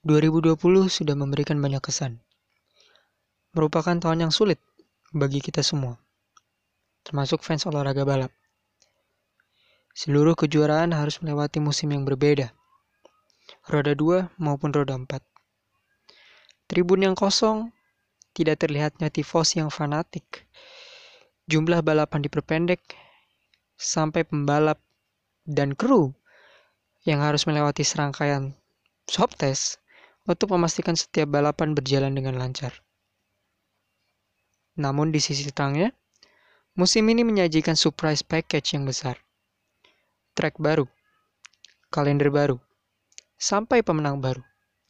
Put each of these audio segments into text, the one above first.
2020 sudah memberikan banyak kesan. Merupakan tahun yang sulit bagi kita semua, termasuk fans olahraga balap. Seluruh kejuaraan harus melewati musim yang berbeda, roda 2 maupun roda 4. Tribun yang kosong, tidak terlihatnya tifosi yang fanatik. Jumlah balapan diperpendek, sampai pembalap dan kru yang harus melewati serangkaian swab test untuk memastikan setiap balapan berjalan dengan lancar. Namun di sisi terangnya, musim ini menyajikan surprise package yang besar. Track baru, kalender baru, sampai pemenang baru.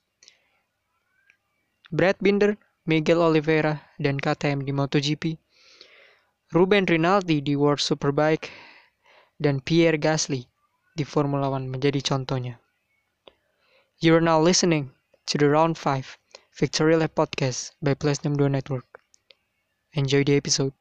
Brad Binder, Miguel Oliveira, dan KTM di MotoGP, Ruben Rinaldi di World Superbike, dan Pierre Gasly di Formula One menjadi contohnya. You are now listening to the Round 5 Victory Lap Podcast by Platinum 2 Network. Enjoy the episode.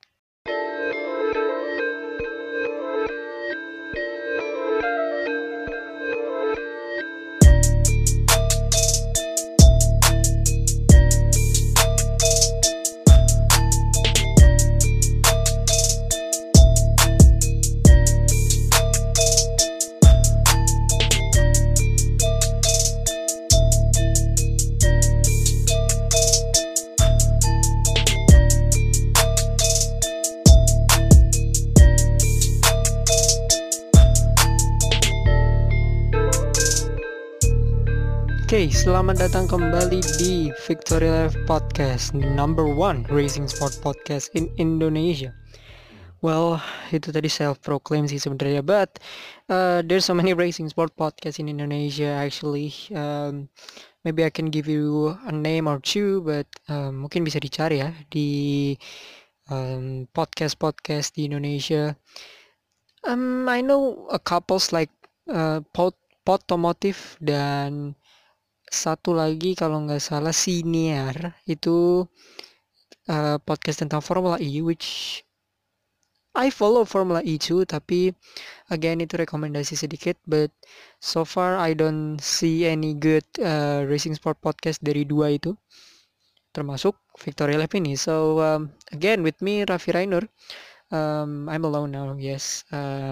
Oke, selamat datang kembali di Victory Lap Podcast, number 1 racing sport podcast in Indonesia. Well, itu tadi self-proclaim sih sebenarnya, but there's so many racing sport podcast in Indonesia actually. Maybe I can give you a name or two, but mungkin bisa dicari ya di podcast-podcast di Indonesia. I know a couples like Potomotive dan satu lagi kalau nggak salah Siniar itu podcast tentang Formula E, which I follow Formula E too, tapi again itu rekomendasi sedikit, but so far I don't see any good racing sport podcast dari dua itu, termasuk Victory Lap ini. So again with me Raffi Rainer, I'm alone now, yes.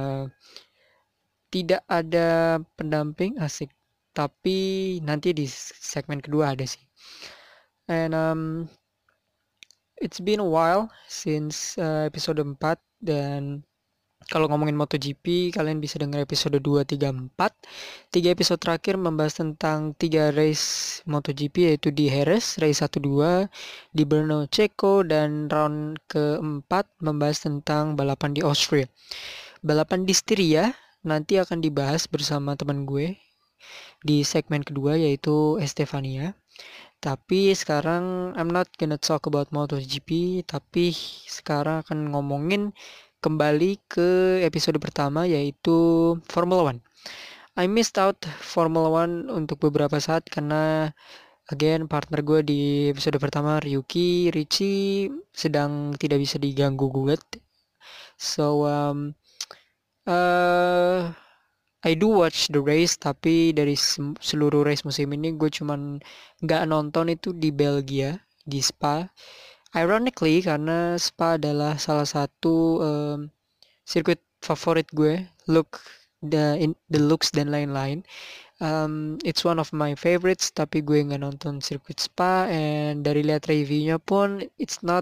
Tidak ada pendamping, asik. Tapi nanti di segmen kedua ada sih. And it's been a while since episode 4, dan kalau ngomongin MotoGP kalian bisa dengar episode 2, 3, 4. 3 episode terakhir membahas tentang 3 race MotoGP, yaitu di Jerez, race 1, 2, di Brno, Ceko, dan round keempat membahas tentang balapan di Austria. Balapan di Styria nanti akan dibahas bersama teman gue di segmen kedua, yaitu Estefania. Tapi sekarang I'm not gonna talk about MotoGP, tapi sekarang akan ngomongin kembali ke episode pertama, yaitu Formula One. I missed out Formula One untuk beberapa saat karena again partner gue di episode pertama Richie sedang tidak bisa diganggu gugat. So I do watch the race, tapi dari seluruh race musim ini gue cuman nggak nonton itu di Belgia, di Spa. Ironically, karena Spa adalah salah satu sirkuit favorit gue, the looks dan lain-lain. It's one of my favorites, tapi gue nggak nonton sirkuit Spa, and dari lihat reviewnya pun it's not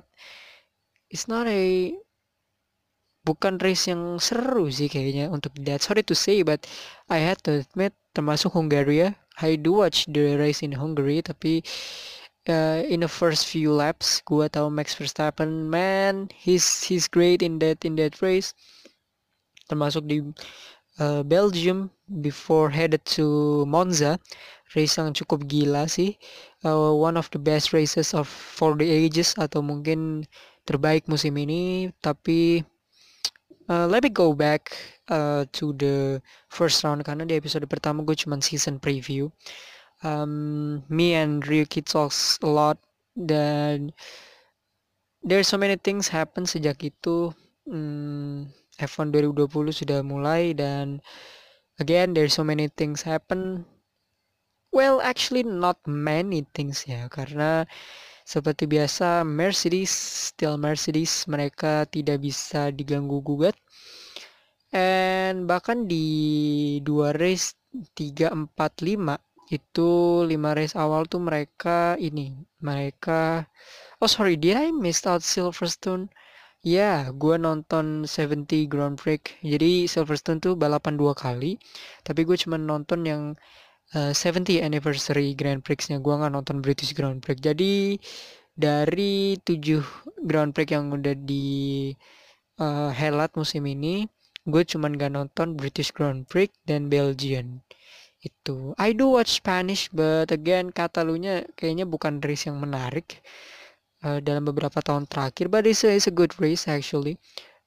a bukan race yang seru sih kayaknya untuk dilihat. Sorry to say, but I had to admit, termasuk Hungary ya. I do watch the race in Hungary, tapi in the first few laps, gua tahu Max Verstappen, man, he's great in that race. Termasuk di Belgium before headed to Monza, race yang cukup gila sih. One of the best races for the ages, atau mungkin terbaik musim ini. Tapi let me go back to the first round, karena di episode pertama gue cuman season preview. Me and Ryuki talks a lot, dan there's so many things happen sejak itu. F1 2020 sudah mulai, dan again there's so many things happen. Well, actually not many things ya, karena seperti biasa Mercedes, still Mercedes, mereka tidak bisa diganggu gugat. And bahkan di 2 race 3, 4, 5 itu 5 race awal tuh mereka oh sorry, did I miss out Silverstone? Ya, gue nonton 70 Grand Prix. Jadi Silverstone tuh balapan 2 kali, tapi gue cuma nonton yang 70 anniversary Grand Prix-nya. Gue nggak nonton British Grand Prix. Jadi dari 7 Grand Prix yang udah di helat musim ini, gue cuman gak nonton British Grand Prix dan Belgian. Itu. I do watch Spanish, but again Catalunya kayaknya bukan race yang menarik dalam beberapa tahun terakhir. But it's a good race actually.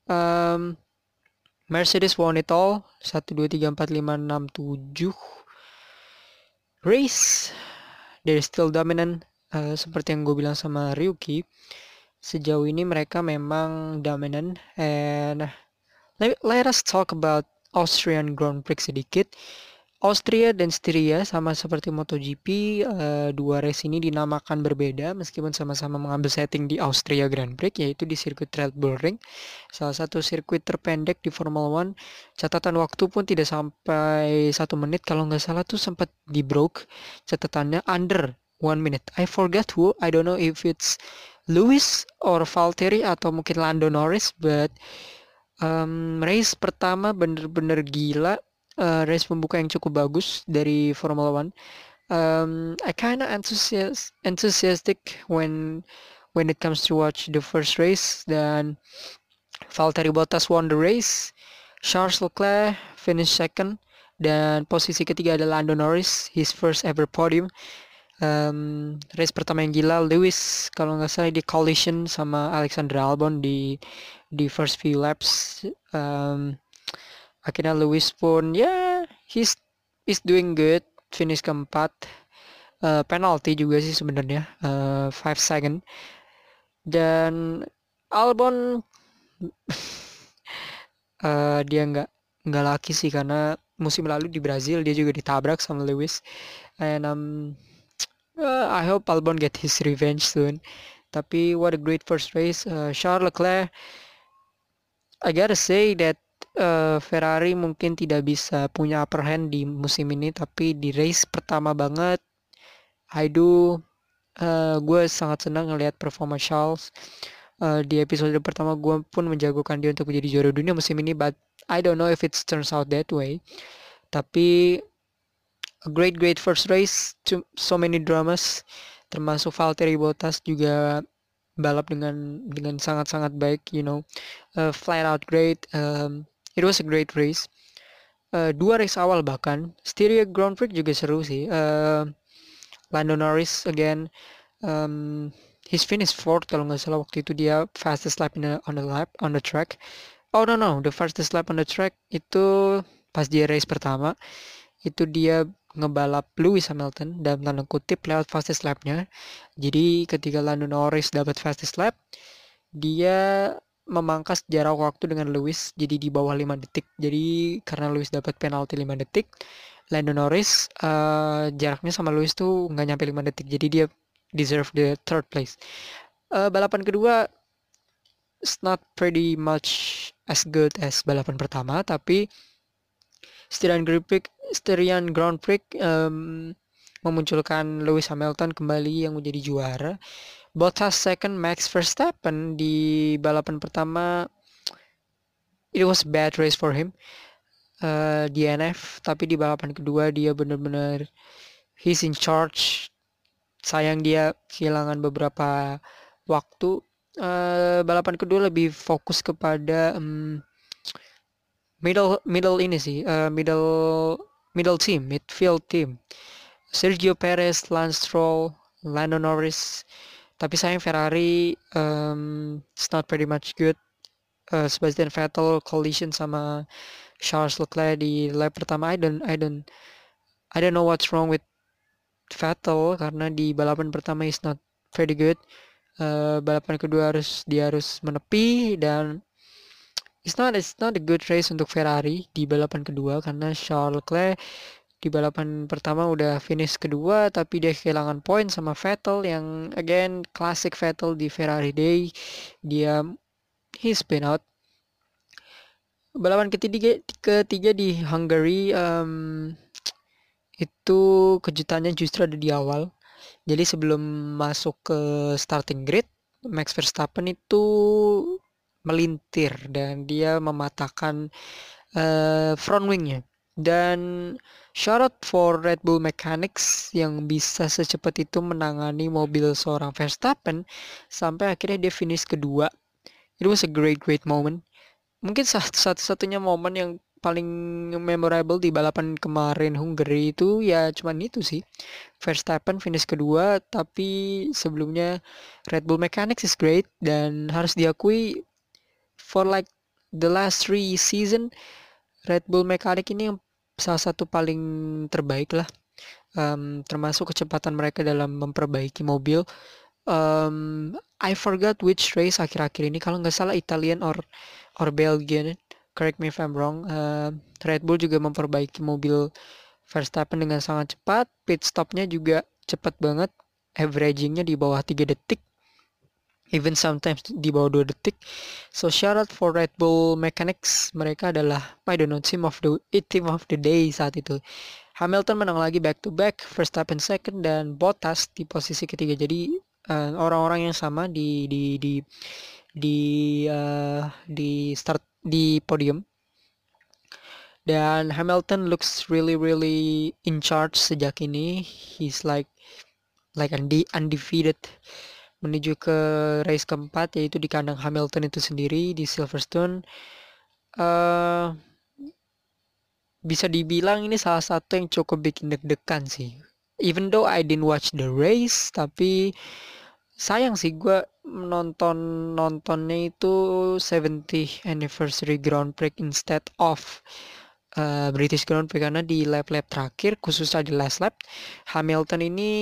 Mercedes won it all. 1, 2, 3, 4, 5, 6, 7 race. They're still dominant. Seperti yang gue bilang sama Ryuki, sejauh ini mereka memang dominant. And let us talk about Austrian Grand Prix sedikit. Austria dan Styria sama seperti MotoGP, dua race ini dinamakan berbeda meskipun sama-sama mengambil setting di Austria Grand Prix, yaitu di sirkuit Red Bull Ring, salah satu sirkuit terpendek di Formula One. Catatan waktu pun tidak sampai 1 menit, kalau nggak salah tuh sempat di broke catatannya under 1 minute. I forgot who, I don't know if it's Lewis or Valtteri atau mungkin Lando Norris, but race pertama bener-bener gila. Race pembuka yang cukup bagus dari Formula One. I kinda enthusiastic when it comes to watch the first race. Dan Valtteri Bottas won the race. Charles Leclerc finished second. Dan posisi ketiga adalah Lando Norris, his first ever podium. Race pertama yang gila, Lewis kalau nggak salah di collision sama Alexander Albon di first few laps. Akhirnya Lewis pun he's doing good, finish keempat. Penalti juga sih sebenarnya, 5 second. Dan Albon dia nggak laki sih, karena musim lalu di Brazil dia juga ditabrak sama Lewis. And I hope Albon get his revenge soon. Tapi what a great first race. Charles Leclerc, I gotta say that Ferrari mungkin tidak bisa punya upper hand di musim ini, tapi di race pertama banget gue sangat senang ngelihat performa Charles. Di episode pertama gue pun menjagokan dia untuk menjadi juara dunia musim ini, but I don't know if it turns out that way. Tapi a great first race, so many dramas, termasuk Valtteri Bottas juga balap dengan sangat-sangat baik, flat out great. It was a great race. 2 race awal bahkan Styria Grand Prix juga seru sih. Lando Norris again, he's finished fourth kalau nggak salah waktu itu. Dia fastest lap on the track. Oh no, the fastest lap on the track itu pas dia race pertama, itu dia ngebalap Lewis Hamilton dalam tanda kutip lewat fastest lapnya. Jadi ketika Lando Norris dapat fastest lap, dia memangkas jarak waktu dengan Lewis jadi di bawah 5 detik. Jadi karena Lewis dapat penalti 5 detik, Lando Norris jaraknya sama Lewis tuh nggak nyampe 5 detik. Jadi dia deserve the third place. Balapan kedua it's not pretty much as good as balapan pertama, tapi Styrian Grand Prix memunculkan Lewis Hamilton kembali yang menjadi juara. Bottas second, Max Verstappen di balapan pertama it was bad race for him, DNF. Tapi di balapan kedua dia benar-benar he's in charge. Sayang dia kehilangan beberapa waktu. Balapan kedua lebih fokus kepada middle ini sih, middle team, midfield team. Sergio Perez, Lance Stroll, Lando Norris. Tapi sayang Ferrari it's not pretty much good. Sebastian Vettel collision sama Charles Leclerc di lap pertama. I don't know what's wrong with Vettel, karena di balapan pertama is not very good. Balapan kedua dia harus menepi, dan it's not a good race untuk Ferrari di balapan kedua karena Charles Leclerc Di balapan pertama udah finish kedua, tapi dia kehilangan poin sama Vettel yang again classic Vettel di Ferrari Day. He's been out. Balapan ketiga di Hungary, itu kejutannya justru ada di awal. Jadi sebelum masuk ke starting grid, Max Verstappen itu melintir dan dia mematahkan front wingnya. Dan shout out for Red Bull Mechanics yang bisa secepat itu menangani mobil seorang Verstappen sampai akhirnya dia finish kedua. It was a great moment. Mungkin satu-satunya momen yang paling memorable di balapan kemarin Hungary itu ya cuman itu sih. Verstappen finish kedua, tapi sebelumnya Red Bull Mechanics is great dan harus diakui for like the last 3 season Red Bull Mechanics ini yang salah satu paling terbaik lah. Termasuk kecepatan mereka dalam memperbaiki mobil. I forgot which race akhir-akhir ini, kalau nggak salah Italian or Belgian, correct me if I'm wrong. Red Bull juga memperbaiki mobil Verstappen dengan sangat cepat, pit stopnya juga cepat banget, averagingnya di bawah 3 detik, even sometimes di bawah 2 detik. So shout out for Red Bull Mechanics, mereka adalah I don't know team of the day saat itu. Hamilton menang lagi back to back, Verstappen second dan Bottas di posisi ketiga. Jadi orang-orang yang sama di start di podium. Dan Hamilton looks really in charge sejak ini. He's like undefeated menuju ke race keempat, yaitu di kandang Hamilton itu sendiri di Silverstone. Bisa dibilang ini salah satu yang cukup bikin deg-degan sih. Even though I didn't watch the race, tapi sayang sih gue nontonnya itu 70th anniversary Grand Prix instead of British Grand Prix, karena di lap-lap terakhir, khususnya di last lap, Hamilton ini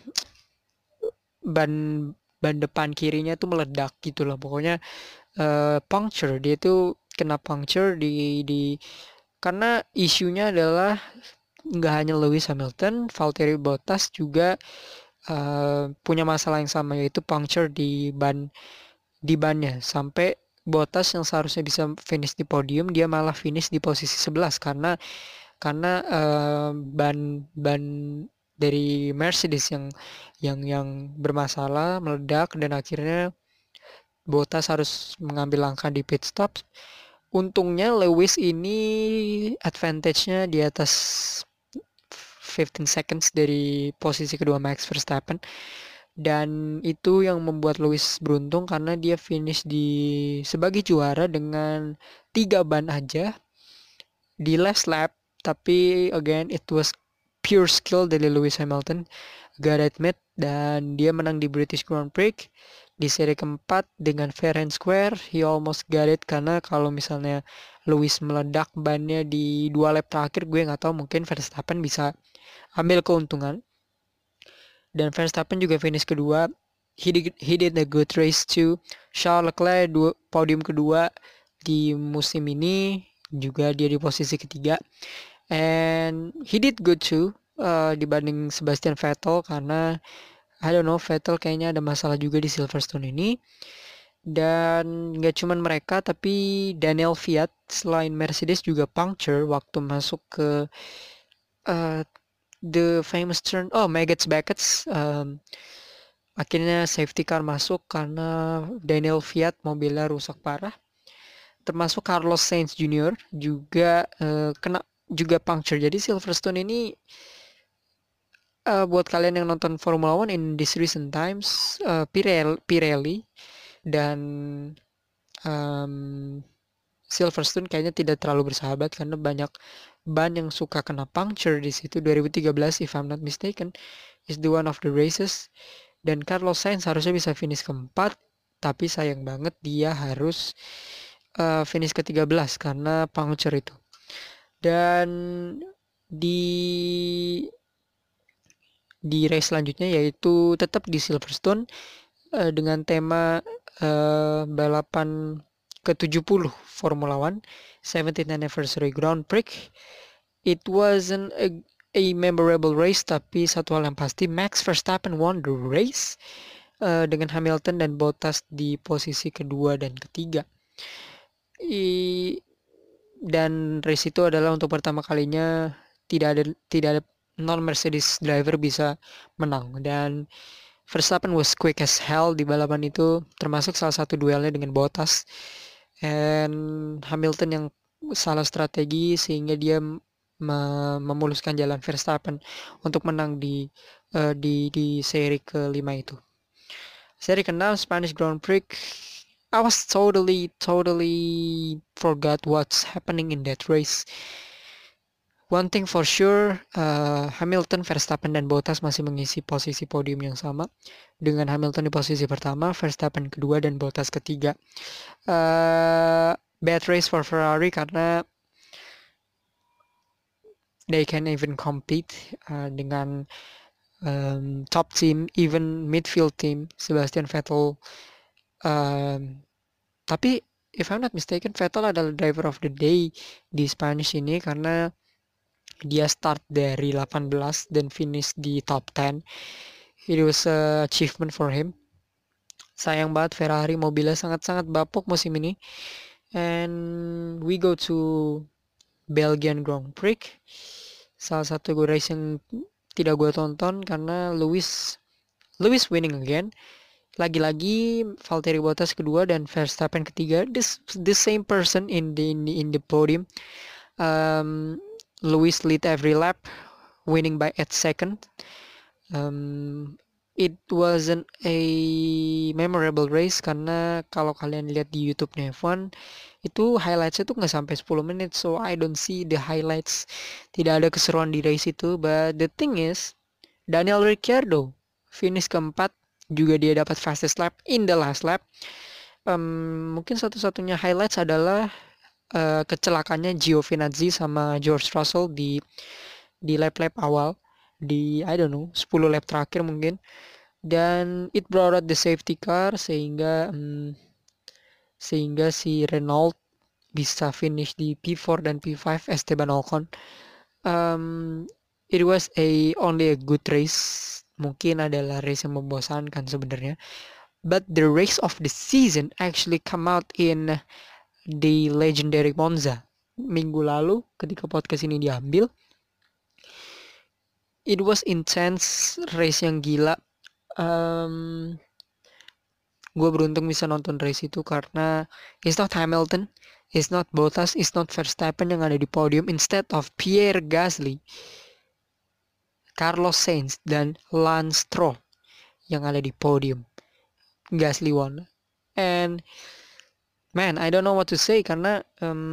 ban depan kirinya tuh meledak gitu loh. Pokoknya puncture, dia tuh kena puncture di karena isunya adalah nggak hanya Lewis Hamilton, Valtteri Bottas juga punya masalah yang sama, yaitu puncture di bannya, sampai Bottas yang seharusnya bisa finish di podium, dia malah finish di posisi 11 karena ban dari Mercedes yang bermasalah meledak, dan akhirnya Bottas harus mengambil langkah di pit stop. Untungnya Lewis ini advantage-nya di atas 15 seconds dari posisi kedua Max Verstappen, dan itu yang membuat Lewis beruntung karena dia finish sebagai juara dengan 3 ban aja di last lap. Tapi again it was pure skill dari Lewis Hamilton, gotta admit, dan dia menang di British Grand Prix di seri keempat dengan fair and square. He almost got it, karena kalau misalnya Lewis meledak bannya di 2 lap terakhir, gue nggak tahu, mungkin Verstappen bisa ambil keuntungan. Dan Verstappen juga finish kedua. He did a good race too. Charles Leclerc podium kedua di musim ini, juga dia di posisi ketiga. And he did good too dibanding Sebastian Vettel, karena I don't know, Vettel kayaknya ada masalah juga di Silverstone ini. Dan gak cuman mereka, tapi Daniel Kvyat selain Mercedes juga puncture waktu masuk ke the famous turn. Maggots Beckett, akhirnya safety car masuk karena Daniel Kvyat mobilnya rusak parah. Termasuk Carlos Sainz Jr. juga kena juga puncture. Jadi Silverstone ini buat kalian yang nonton Formula One in this recent times, Pirelli dan Silverstone kayaknya tidak terlalu bersahabat, karena banyak ban yang suka kena puncture di situ. 2013 if I'm not mistaken is the one of the races, dan Carlos Sainz harusnya bisa finish keempat, tapi sayang banget dia harus finish ke-13 karena puncture itu. Dan di race selanjutnya, yaitu tetap di Silverstone dengan tema balapan ke-70 Formula One 17th Anniversary Grand Prix. It wasn't a memorable race, tapi satu hal yang pasti Max Verstappen won the race dengan Hamilton dan Bottas di posisi kedua dan ketiga. Dan race itu adalah untuk pertama kalinya tidak ada non Mercedes driver bisa menang, dan Verstappen was quick as hell di balapan itu, termasuk salah satu duelnya dengan Bottas, and Hamilton yang salah strategi sehingga dia memuluskan jalan Verstappen untuk menang di seri kelima itu. Seri ke-6 Spanish Grand Prix, I was totally forgot what's happening in that race. One thing for sure, Hamilton, Verstappen, dan Bottas masih mengisi posisi podium yang sama, dengan Hamilton di posisi pertama, Verstappen kedua, dan Bottas ketiga. Bad race for Ferrari karena they can even compete dengan top team, even midfield team, Sebastian Vettel. Tapi if I'm not mistaken, Vettel adalah driver of the day di Spanish ini karena dia start dari 18 dan finish di top 10. It was a achievement for him. Sayang banget Ferrari mobilnya sangat-sangat bapuk musim ini. And we go to Belgian Grand Prix. Salah satu race yang tidak gue tonton karena Lewis winning again. Lagi-lagi Valtteri Bottas kedua dan Verstappen ketiga. The same person in the podium. Lewis lead every lap, winning by 8 seconds. It wasn't a memorable race karena kalau kalian lihat di YouTube-nya F1 itu highlights itu nggak sampai 10 menit, so I don't see the highlights. Tidak ada keseruan di race itu. But the thing is, Daniel Ricciardo finish keempat, juga dia dapat fastest lap in the last lap. Mungkin satu-satunya highlights adalah kecelakaannya Giovinazzi sama George Russell di lap-lap awal, di I don't know 10 lap terakhir mungkin, dan it brought out the safety car sehingga si Renault bisa finish di P4 dan P5 Esteban Ocon. It was only a good race, mungkin adalah race yang membosankan sebenarnya, but the race of the season actually come out in di legendary Monza minggu lalu ketika podcast ini diambil. It was intense, race yang gila. Gue beruntung bisa nonton race itu karena it's not Hamilton, it's not Bottas, it's not Verstappen yang ada di podium. Instead of Pierre Gasly, Carlos Sainz, dan Lance Stroll yang ada di podium. Gasly won. And man, I don't know what to say karena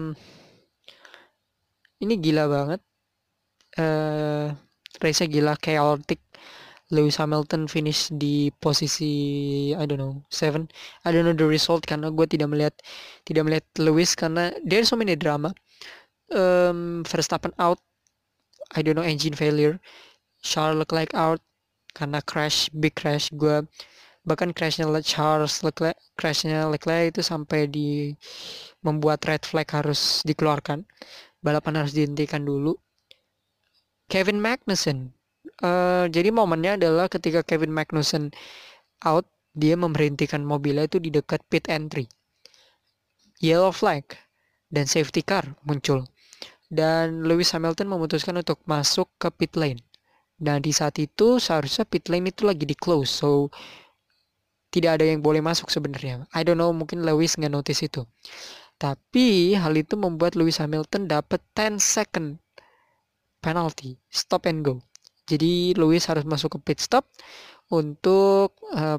ini gila banget. Race-nya gila, chaotic. Lewis Hamilton finish di posisi I don't know 7. I don't know the result karena gue tidak melihat Lewis karena there's so many drama. Verstappen out, I don't know, engine failure. Charles Leclerc out karena big crash. Gue bahkan crashnya Leclerc itu sampai membuat red flag harus dikeluarkan, balapan harus dihentikan dulu. Kevin Magnussen, jadi momennya adalah ketika Kevin Magnussen out, dia memberhentikan mobilnya itu di dekat pit entry. Yellow flag dan safety car muncul, dan Lewis Hamilton memutuskan untuk masuk ke pit lane. Dan di saat itu seharusnya pit lane itu lagi di close, so tidak ada yang boleh masuk sebenarnya. I don't know, mungkin Lewis nggak notice itu. Tapi hal itu membuat Lewis Hamilton dapat 10 second penalty, stop and go. Jadi Lewis harus masuk ke pit stop untuk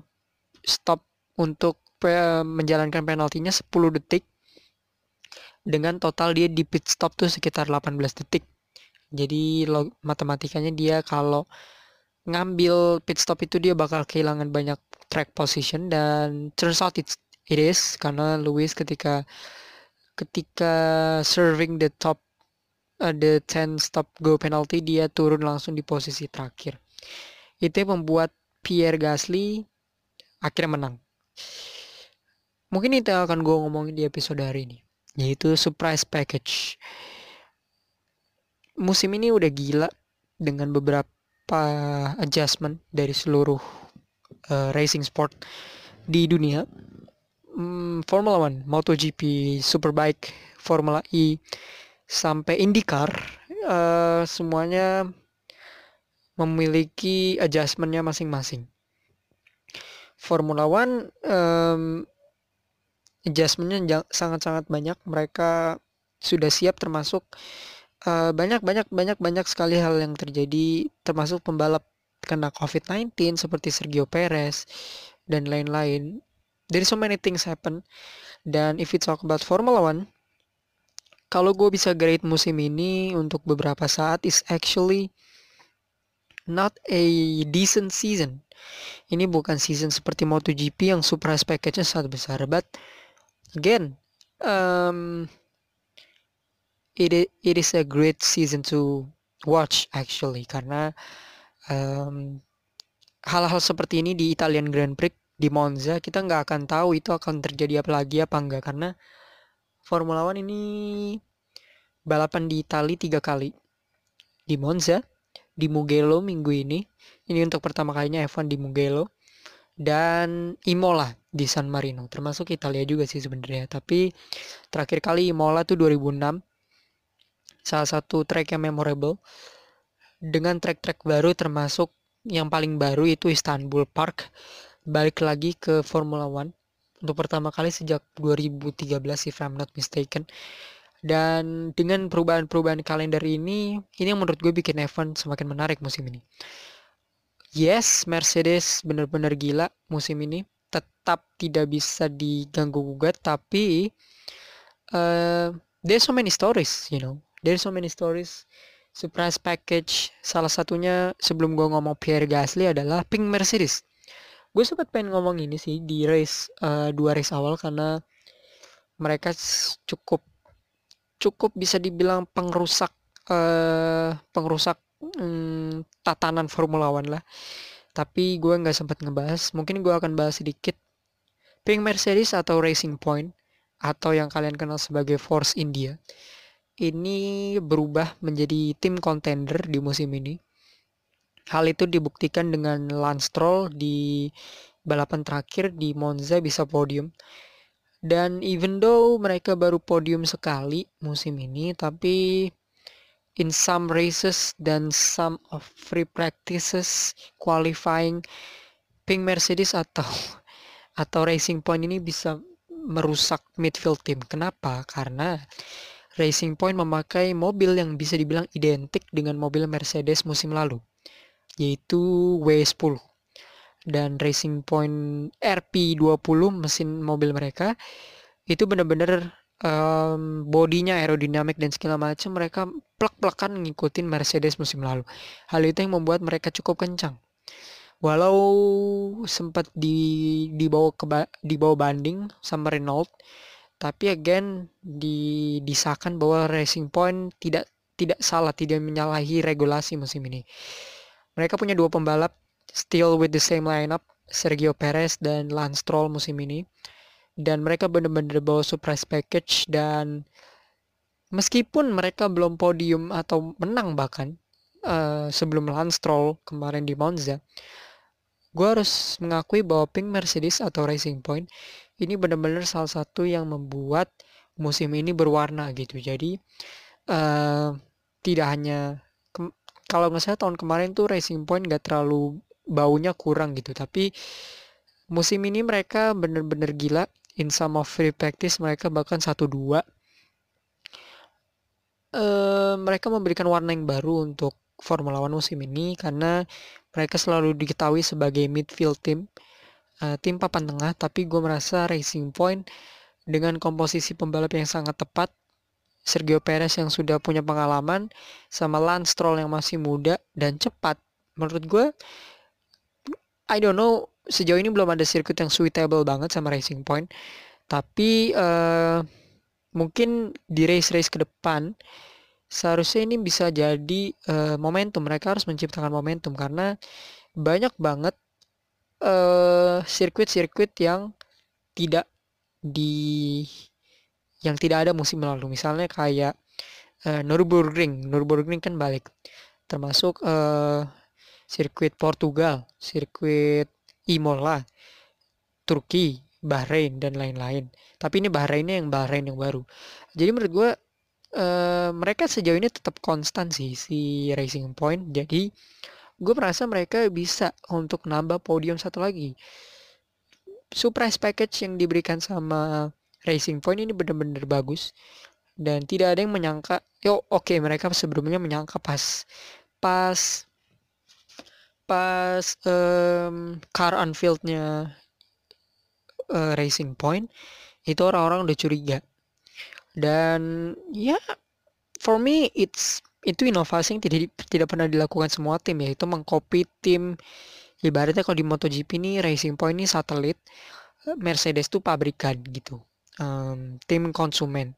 menjalankan penaltinya 10 detik. Dengan total dia di pit stop tuh sekitar 18 detik. Jadi matematikanya dia kalau ngambil pit stop itu dia bakal kehilangan banyak track position, dan turns out it is karena Lewis ketika serving the 10 stop go penalty, dia turun langsung di posisi terakhir. Itu membuat Pierre Gasly akhirnya menang. Mungkin itu akan gue ngomongin di episode hari ini, yaitu surprise package. Musim ini udah gila, dengan beberapa adjustment dari seluruh racing sport di dunia. Formula One, MotoGP, Superbike, Formula E, sampai IndyCar, semuanya memiliki adjustmentnya masing-masing. Formula One adjustmentnya sangat-sangat banyak. Mereka sudah siap, termasuk banyak sekali hal yang terjadi, termasuk pembalap kena COVID-19 seperti Sergio Perez dan lain-lain. There is so many things happen. Dan if we talk about Formula One, kalau gue bisa grade musim ini untuk beberapa saat is actually not a decent season. Ini bukan season seperti MotoGP yang surprise package-nya sangat besar. But again, it is a great season to watch actually, karena hal-hal seperti ini di Italian Grand Prix di Monza kita nggak akan tahu itu akan terjadi apa lagi apa enggak, karena Formula One ini balapan di Italia 3 kali, di Monza, di Mugello minggu ini untuk pertama kalinya F1 di Mugello, dan Imola di San Marino, termasuk Italia juga sih sebenarnya, tapi terakhir kali Imola tuh 2006, salah satu track yang memorable dengan track-track baru, termasuk yang paling baru itu Istanbul Park balik lagi ke Formula One untuk pertama kali sejak 2013 if I'm not mistaken. Dan dengan perubahan-perubahan kalender ini yang menurut gue bikin F1 semakin menarik musim ini. Yes, Mercedes benar-benar gila musim ini, tetap tidak bisa diganggu gugat, tapi there's so many stories, there's so many stories. Surprise package salah satunya, sebelum gue ngomong Pierre Gasly, adalah pink Mercedes. Gue sempat pengen ngomong ini sih di race 2 race awal, karena mereka cukup bisa dibilang pengrusak tatanan Formula One lah. Tapi gue nggak sempat ngebahas. Mungkin gue akan bahas sedikit. Pink Mercedes atau Racing Point, atau yang kalian kenal sebagai Force India, ini berubah menjadi tim contender di musim ini. Hal itu dibuktikan dengan Lance Stroll di balapan terakhir di Monza bisa podium. Dan even though mereka baru podium sekali musim ini, tapi in some races dan some of free practices qualifying, pink Mercedes atau Racing Point ini bisa merusak midfield tim. Kenapa? Karena Racing Point memakai mobil yang bisa dibilang identik dengan mobil Mercedes musim lalu, yaitu W10. Dan Racing Point RP20, mesin mobil mereka itu benar-benar bodinya aerodinamik dan segala macam, mereka plek-plekan ngikutin Mercedes musim lalu. Hal itu yang membuat mereka cukup kencang. Walau sempat dibawa banding sama Renault, tapi again disahkan bahwa Racing Point tidak salah, tidak menyalahi regulasi musim ini. Mereka punya 2 pembalap still with the same lineup, Sergio Perez dan Lance Stroll musim ini. Dan mereka benar-benar bawa surprise package, dan meskipun mereka belum podium atau menang bahkan sebelum Lance Stroll kemarin di Monza, gue harus mengakui bahwa pink Mercedes atau Racing Point ini benar-benar salah satu yang membuat musim ini berwarna gitu. Jadi tidak hanya kalau nggak salah tahun kemarin tuh Racing Point gak terlalu baunya kurang gitu, tapi musim ini mereka benar-benar gila. In some of free practice mereka bahkan 1-2 mereka memberikan warna yang baru untuk Formula One musim ini, karena mereka selalu diketahui sebagai midfield team, tim papan tengah. Tapi gue merasa Racing Point dengan komposisi pembalap yang sangat tepat, Sergio Perez yang sudah punya pengalaman, sama Lance Stroll yang masih muda dan cepat, menurut gue, I don't know, sejauh ini belum ada sirkuit yang suitable banget sama Racing Point. Tapi mungkin di race-race ke depan seharusnya ini bisa jadi momentum. Mereka harus menciptakan momentum, karena banyak banget sirkuit-sirkuit yang tidak ada musim lalu. Misalnya kayak Nürburgring kan balik, termasuk sirkuit Portugal, sirkuit Imola, Turki, Bahrain dan lain-lain. Tapi ini Bahrain yang baru. Jadi menurut gue mereka sejauh ini tetap konstan sih si Racing Point. Jadi gue merasa mereka bisa untuk nambah podium satu lagi. Surprise package yang diberikan sama Racing Point ini benar-benar bagus dan tidak ada yang menyangka. Oke, mereka sebelumnya menyangka pas pas car unveiled-nya Racing Point itu orang-orang udah curiga. Dan ya, for me itu inovasi yang tidak pernah dilakukan semua tim, yaitu mengcopy tim. Ibaratnya kalau di MotoGP ini Racing Point ini satelit, Mercedes tuh pabrikan gitu. Tim konsumen.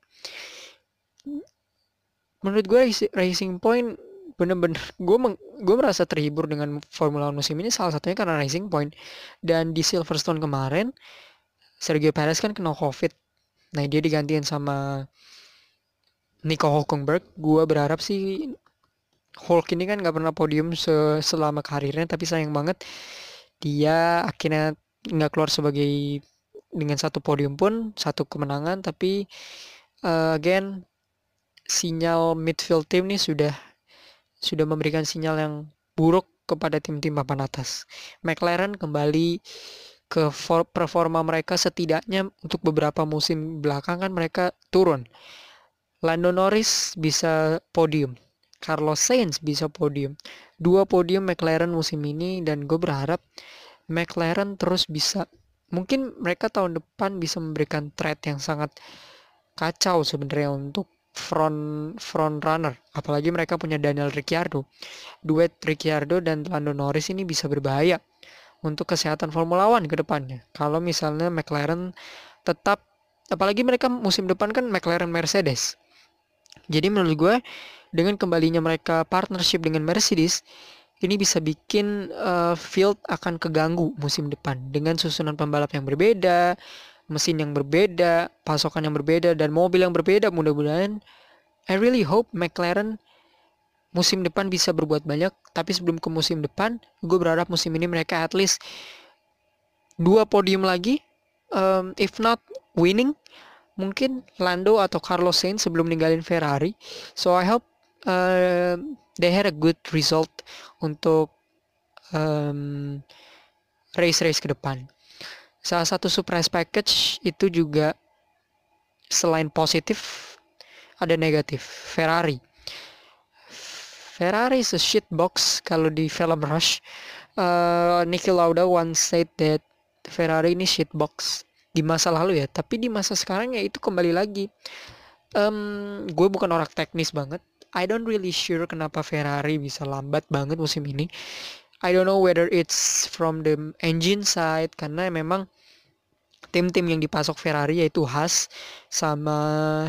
Menurut gue Racing Point bener-bener gue merasa terhibur dengan Formula One musim ini, salah satunya karena Racing Point. Dan di Silverstone kemarin Sergio Perez kan kena COVID. Nah, dia digantiin sama Nico Hülkenberg. Gue berharap sih Hulk ini kan nggak pernah podium selama karirnya, tapi sayang banget dia akhirnya nggak keluar sebagai dengan satu podium pun, satu kemenangan. Tapi again, sinyal midfield tim nih sudah memberikan sinyal yang buruk kepada tim-tim papan atas. McLaren kembali ke performa mereka, setidaknya untuk beberapa musim belakangan mereka turun. Lando Norris bisa podium, Carlos Sainz bisa podium, 2 podium McLaren musim ini. Dan gue berharap McLaren terus bisa, mungkin mereka tahun depan bisa memberikan threat yang sangat kacau sebenarnya untuk front runner. Apalagi mereka punya Daniel Ricciardo. Duet Ricciardo dan Lando Norris ini bisa berbahaya untuk kesehatan Formula One ke depannya. Kalau misalnya McLaren tetap, apalagi mereka musim depan kan McLaren Mercedes. Jadi menurut gue dengan kembalinya mereka partnership dengan Mercedes, ini bisa bikin field akan keganggu musim depan dengan susunan pembalap yang berbeda, mesin yang berbeda, pasokan yang berbeda, dan mobil yang berbeda. Mudah-mudahan, I really hope McLaren musim depan bisa berbuat banyak. Tapi sebelum ke musim depan, gue berharap musim ini mereka at least 2 podium lagi, if not winning, mungkin Lando atau Carlos Sainz sebelum ninggalin Ferrari. So I hope they had a good result untuk race-race ke depan. Salah satu surprise package itu juga selain positif ada negatif. Ferrari is a shit box kalau di film Rush. Niki Lauda once said that Ferrari ini shit box di masa lalu ya, tapi di masa sekarang ya itu kembali lagi. Gue bukan orang teknis banget. I don't really sure kenapa Ferrari bisa lambat banget musim ini. I don't know whether it's from the engine side, karena memang tim-tim yang dipasok Ferrari yaitu Haas sama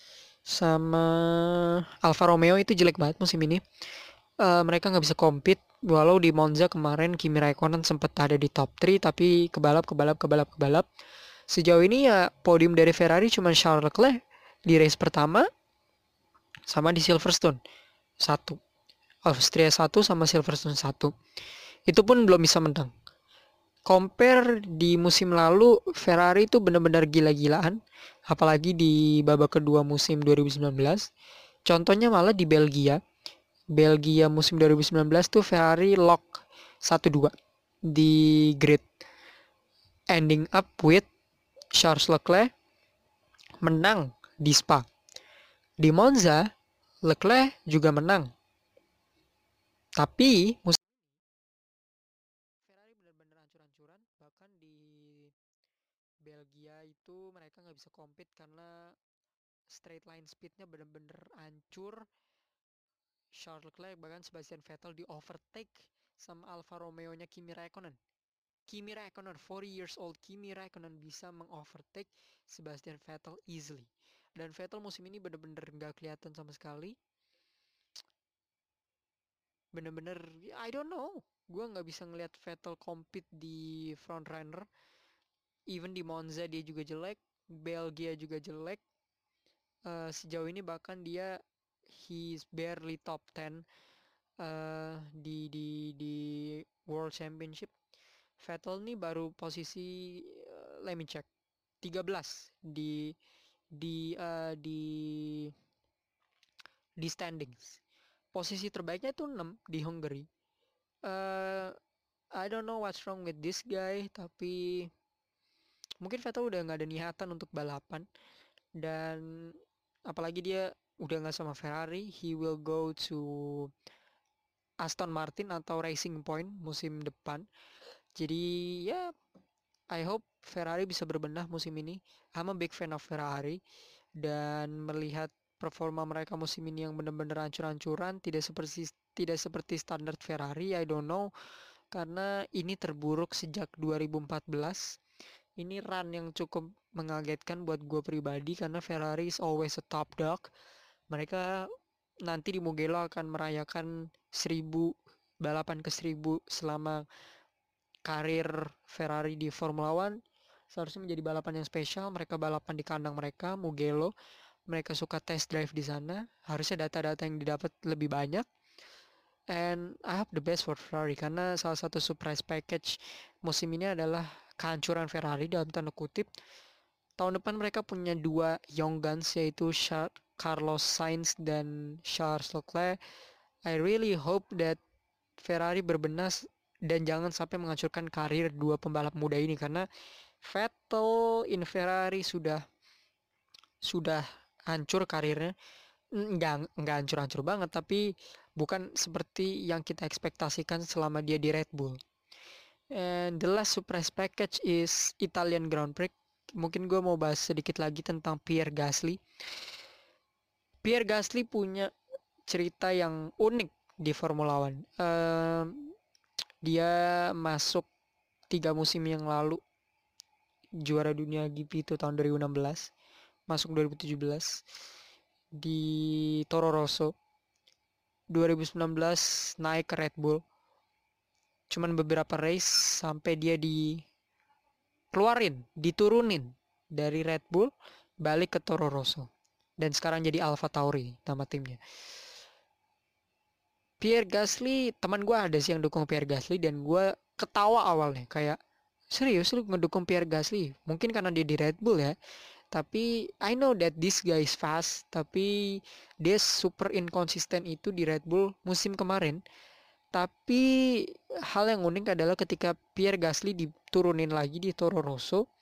Alfa Romeo itu jelek banget musim ini. Mereka nggak bisa compete. Walau di Monza kemarin Kimi Raikkonen sempat ada di top 3, tapi kebalap. Sejauh ini ya podium dari Ferrari cuma Charles Leclerc di race pertama sama di Silverstone 1. Austria 1 sama Silverstone 1. Itu pun belum bisa menang. Compare di musim lalu, Ferrari itu benar-benar gila-gilaan. Apalagi di babak kedua musim 2019. Contohnya malah di Belgia. Belgia musim 2019 tuh Ferrari lock 1-2 di grid. Ending up with Charles Leclerc menang di Spa. Di Monza, Leclerc juga menang. Tapi Ferrari benar-benar hancur-hancuran. Bahkan di Belgia itu mereka nggak bisa compete karena straight line speednya benar-benar hancur. Charles Leclerc bahkan Sebastian Vettel di overtake sama Alfa Romeo-nya Kimi Raikkonen. 40 years old Kimi Raikkonen bisa mengovertake Sebastian Vettel easily. Dan Vettel musim ini bener-bener gak kelihatan sama sekali. Bener-bener, I don't know. Gue gak bisa ngelihat Vettel compete di front runner. Even di Monza dia juga jelek. Belgia juga jelek. Sejauh ini bahkan he's barely top 10 di World Championship. Vettel nih baru posisi let me check 13 di eh, di standings. Posisi terbaiknya itu 6 di Hungary. eh I don't know what's wrong with this guy, tapi mungkin Vettel udah nggak ada niatan untuk balapan, dan apalagi dia udah nggak sama Ferrari, he will go to Aston Martin atau Racing Point musim depan. Jadi ya, I hope Ferrari bisa berbenah musim ini. I'm a big fan of Ferrari, dan melihat performa mereka musim ini yang benar-benar hancur-hancuran, tidak seperti standar Ferrari. I don't know, karena ini terburuk sejak 2014. Ini run yang cukup mengagetkan buat gue pribadi, karena Ferrari is always a top dog. Mereka nanti di Mugello akan merayakan 1000 balapan ke 1000 selama karir Ferrari di Formula One. Seharusnya menjadi balapan yang spesial. Mereka balapan di kandang mereka, Mugello. Mereka suka test drive di sana. Harusnya data-data yang didapat lebih banyak. And I hope the best for Ferrari, karena salah satu surprise package musim ini adalah kehancuran Ferrari dalam tanda kutip. Tahun depan mereka punya 2 young guns, yaitu Carlos Sainz dan Charles Leclerc. I really hope that Ferrari berbenah dan jangan sampai menghancurkan karir 2 pembalap muda ini, karena Vettel in Ferrari sudah hancur karirnya. Nggak hancur-hancur banget, tapi bukan seperti yang kita ekspektasikan selama dia di Red Bull. And the last surprise package is Italian Grand Prix. Mungkin gue mau bahas sedikit lagi tentang Pierre Gasly. Pierre Gasly punya cerita yang unik di Formula One. Dia masuk 3 musim yang lalu juara dunia GP itu tahun 2016, masuk 2017 di Toro Rosso. 2019 naik ke Red Bull. Cuman beberapa race sampai dia diturunin dari Red Bull, balik ke Toro Rosso. Dan sekarang jadi Alfa Tauri nama timnya. Pierre Gasly, teman gue ada sih yang dukung Pierre Gasly, dan gue ketawa awalnya, kayak serius lu ngedukung Pierre Gasly? Mungkin karena dia di Red Bull ya. Tapi I know that this guy is fast, tapi dia super inconsistent itu di Red Bull musim kemarin. Tapi hal yang unik adalah ketika Pierre Gasly diturunin lagi di Toro Rosso,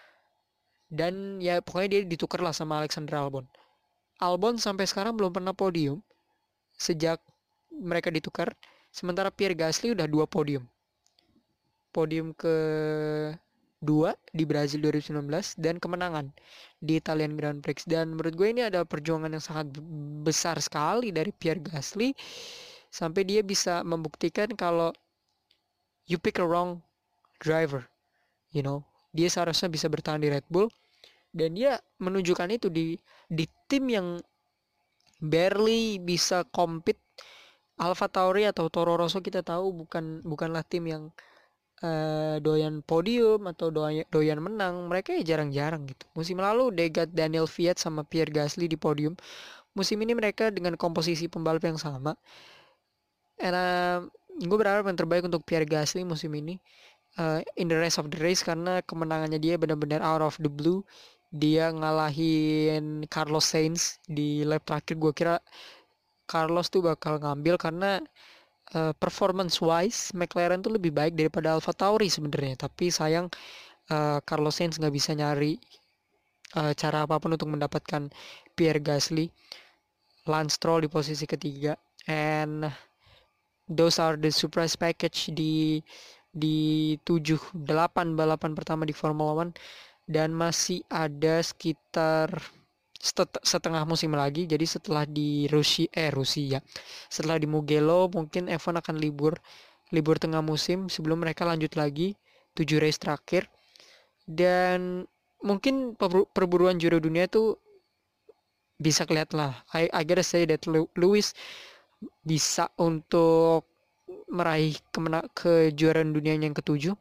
dan ya pokoknya dia ditukar lah sama Alexander Albon. Albon sampai sekarang belum pernah podium sejak mereka ditukar, sementara Pierre Gasly udah 2 podium. Podium ke 2 di Brazil 2019 dan kemenangan di Italian Grand Prix. Dan menurut gue ini ada perjuangan yang sangat besar sekali dari Pierre Gasly, sampai dia bisa membuktikan kalau you pick a wrong driver, you know. Dia seharusnya bisa bertahan di Red Bull, dan dia menunjukkan itu di tim yang barely bisa compete. Alfa Tauri atau Toro Rosso kita tahu bukanlah tim yang doyan podium atau doyan menang. Mereka ya jarang-jarang gitu. Musim lalu they got Daniel Kvyat sama Pierre Gasly di podium. Musim ini mereka dengan komposisi pembalap yang sama. And gue berharap yang terbaik untuk Pierre Gasly musim ini in the rest of the race, karena kemenangannya dia benar-benar out of the blue. Dia ngalahin Carlos Sainz di lap terakhir. Gue kira Carlos tuh bakal ngambil, karena performance wise McLaren tuh lebih baik daripada Alfa Tauri sebenarnya. Tapi sayang Carlos Sainz nggak bisa nyari cara apapun untuk mendapatkan Pierre Gasly. Lance Stroll di posisi ketiga. And those are the surprise package di 7-8 balapan pertama di Formula One. Dan masih ada sekitar setengah musim lagi. Jadi setelah di Rusia, setelah di Mugello, mungkin F1 akan libur tengah musim sebelum mereka lanjut lagi 7 race terakhir. Dan mungkin perburuan juara dunia itu bisa kelihatan lah. I gotta say that Lewis bisa untuk meraih kejuaraan dunia yang ke-7,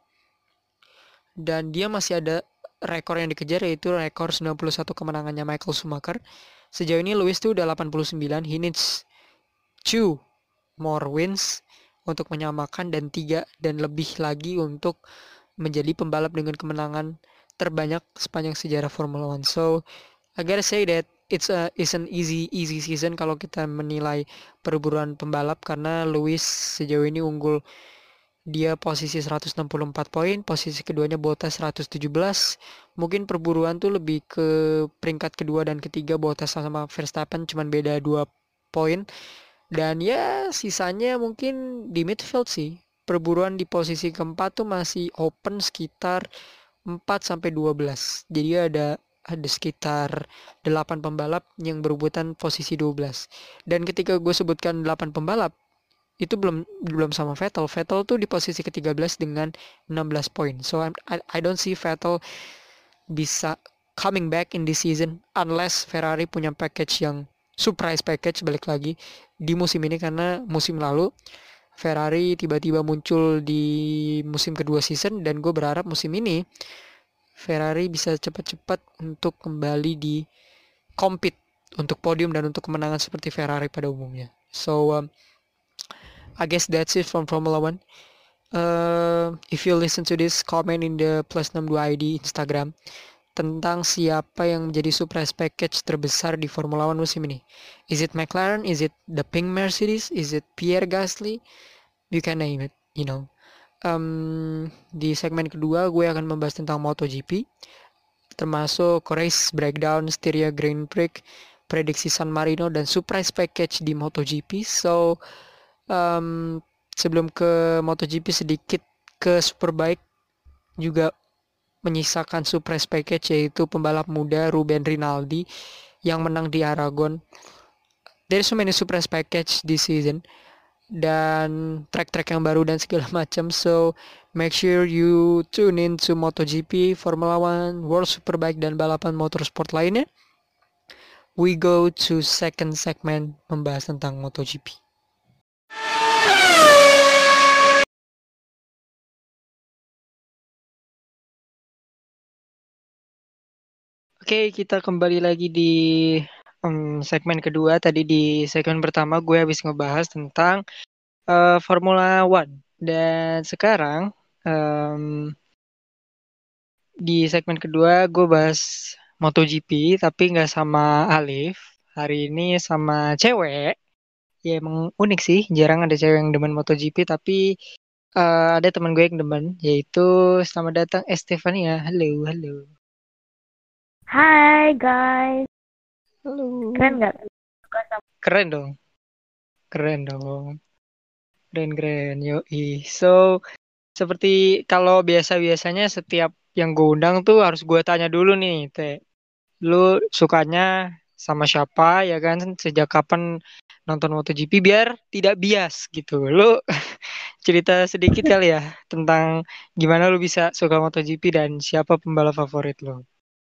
dan dia masih ada rekor yang dikejar, yaitu rekor 91 kemenangannya Michael Schumacher. Sejauh ini Lewis tuh udah 89. He needs 2 more wins untuk menyamakan, dan 3 dan lebih lagi untuk menjadi pembalap dengan kemenangan terbanyak sepanjang sejarah Formula One. So I gotta say that it's an easy season kalau kita menilai perburuan pembalap, karena Lewis sejauh ini unggul. Dia posisi 164 poin, posisi keduanya Bottas 117. Mungkin perburuan tuh lebih ke peringkat kedua dan ketiga Bottas sama Verstappen, cuman beda 2 poin. Dan ya sisanya mungkin di midfield sih. Perburuan di posisi keempat tuh masih open sekitar 4 sampai 12. Jadi ada sekitar 8 pembalap yang berebutan posisi 12. Dan ketika gue sebutkan 8 pembalap, itu belum sama Vettel. Vettel tuh di posisi ke-13 dengan 16 poin. So I don't see Vettel bisa coming back in this season unless Ferrari punya package yang surprise package balik lagi di musim ini, karena musim lalu Ferrari tiba-tiba muncul di musim kedua season, dan gue berharap musim ini Ferrari bisa cepat-cepat untuk kembali di compete untuk podium dan untuk kemenangan seperti Ferrari pada umumnya. So I guess that's it from Formula One. If you listen to this, comment in the +62 ID Instagram tentang siapa yang menjadi surprise package terbesar di Formula One musim ini. Is it McLaren? Is it the pink Mercedes? Is it Pierre Gasly? You can name it, you know. Di segmen kedua gue akan membahas tentang MotoGP, termasuk race breakdown, Styria Grand Prix, prediksi San Marino, dan surprise package di MotoGP. So sebelum ke MotoGP, sedikit ke Superbike juga menyisakan surprise package, yaitu pembalap muda Ruben Rinaldi yang menang di Aragon. There so many surprise package this season, dan track-track yang baru dan segala macam. So make sure you tune in to MotoGP, Formula One, World Superbike, dan balapan motorsport lainnya. We go to second segment membahas tentang MotoGP. Oke, kita kembali lagi di segmen kedua. Tadi di segmen pertama gue habis ngebahas tentang Formula One. Dan sekarang di segmen kedua gue bahas MotoGP, tapi nggak sama Alif. Hari ini sama cewek. Ya emang unik sih, jarang ada cewek yang demen MotoGP, tapi ada teman gue yang demen, yaitu selamat datang Estefania. Halo, halo. Hai guys, Halo. keren nggak? Keren dong. Keren dong. Keren. Yoi. So, seperti kalau biasa-biasanya setiap yang gue undang tuh harus gue tanya dulu nih, Teh. Lu sukanya sama siapa, ya kan? Sejak kapan nonton MotoGP, biar tidak bias gitu. Lu cerita sedikit kali ya tentang gimana lu bisa suka MotoGP dan siapa pembalap favorit lu.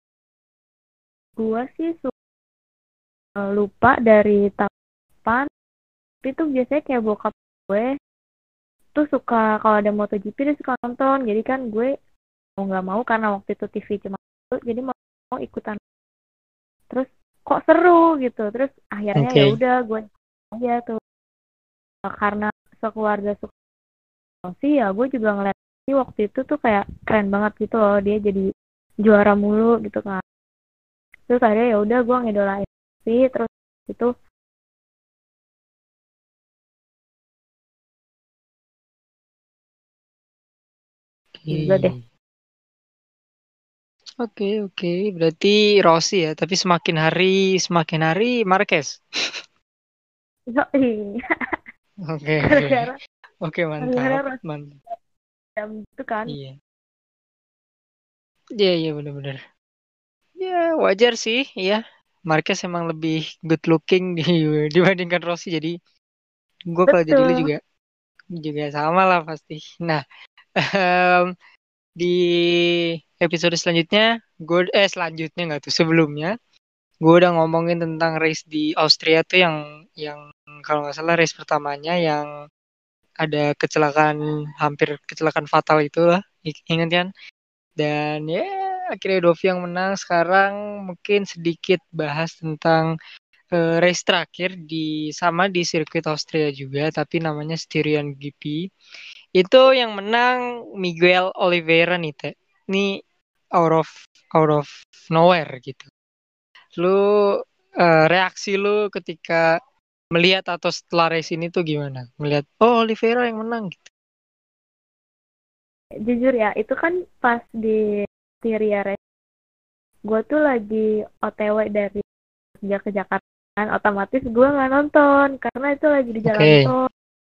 Gua sih lupa dari tahun depan, tapi tuh biasanya kayak bokap gue tuh suka kalau ada MotoGP dia suka nonton. Jadi kan gue mau nggak mau karena waktu itu TV cuma satu, jadi mau ikutan. Terus kok seru gitu. Terus akhirnya ya Oke. udah gue aja tuh karena sekeluarga suka sih ya gue juga ngeliat sih waktu itu tuh kayak keren banget gitu loh, dia jadi juara mulu gitu kan. Terus akhirnya ya udah gue ngidolain sih, terus itu juga deh. Oke. Berarti Rossi ya, tapi semakin hari Marquez. Yoi. Oke. Gara-gara Oke, mantap. jam itu kan. Iya, benar-benar. Ya, wajar sih, ya. Marquez emang lebih good looking dibandingkan Rossi, jadi gue kalau jadi lu Betul. juga sama lah pasti. Nah, di episode selanjutnya, selanjutnya nggak tuh, sebelumnya gue udah ngomongin tentang race di Austria tuh yang kalau nggak salah race pertamanya yang ada hampir kecelakaan fatal itulah, ingat kan? Dan ya akhirnya Dovi yang menang. Sekarang mungkin sedikit bahas tentang race terakhir sama di sirkuit Austria juga, tapi namanya Styrian GP. Itu yang menang Miguel Oliveira nih, Teh. Ini out of out of nowhere gitu. Lu reaksi lu ketika melihat atau setelah race ini tuh gimana? Melihat oh Oliveira yang menang gitu. Jujur ya, itu kan pas di Syria Race, gue tuh lagi OTW dari kerja ke Jakarta, kan otomatis gue nggak nonton karena itu lagi di jalan Oke. tol.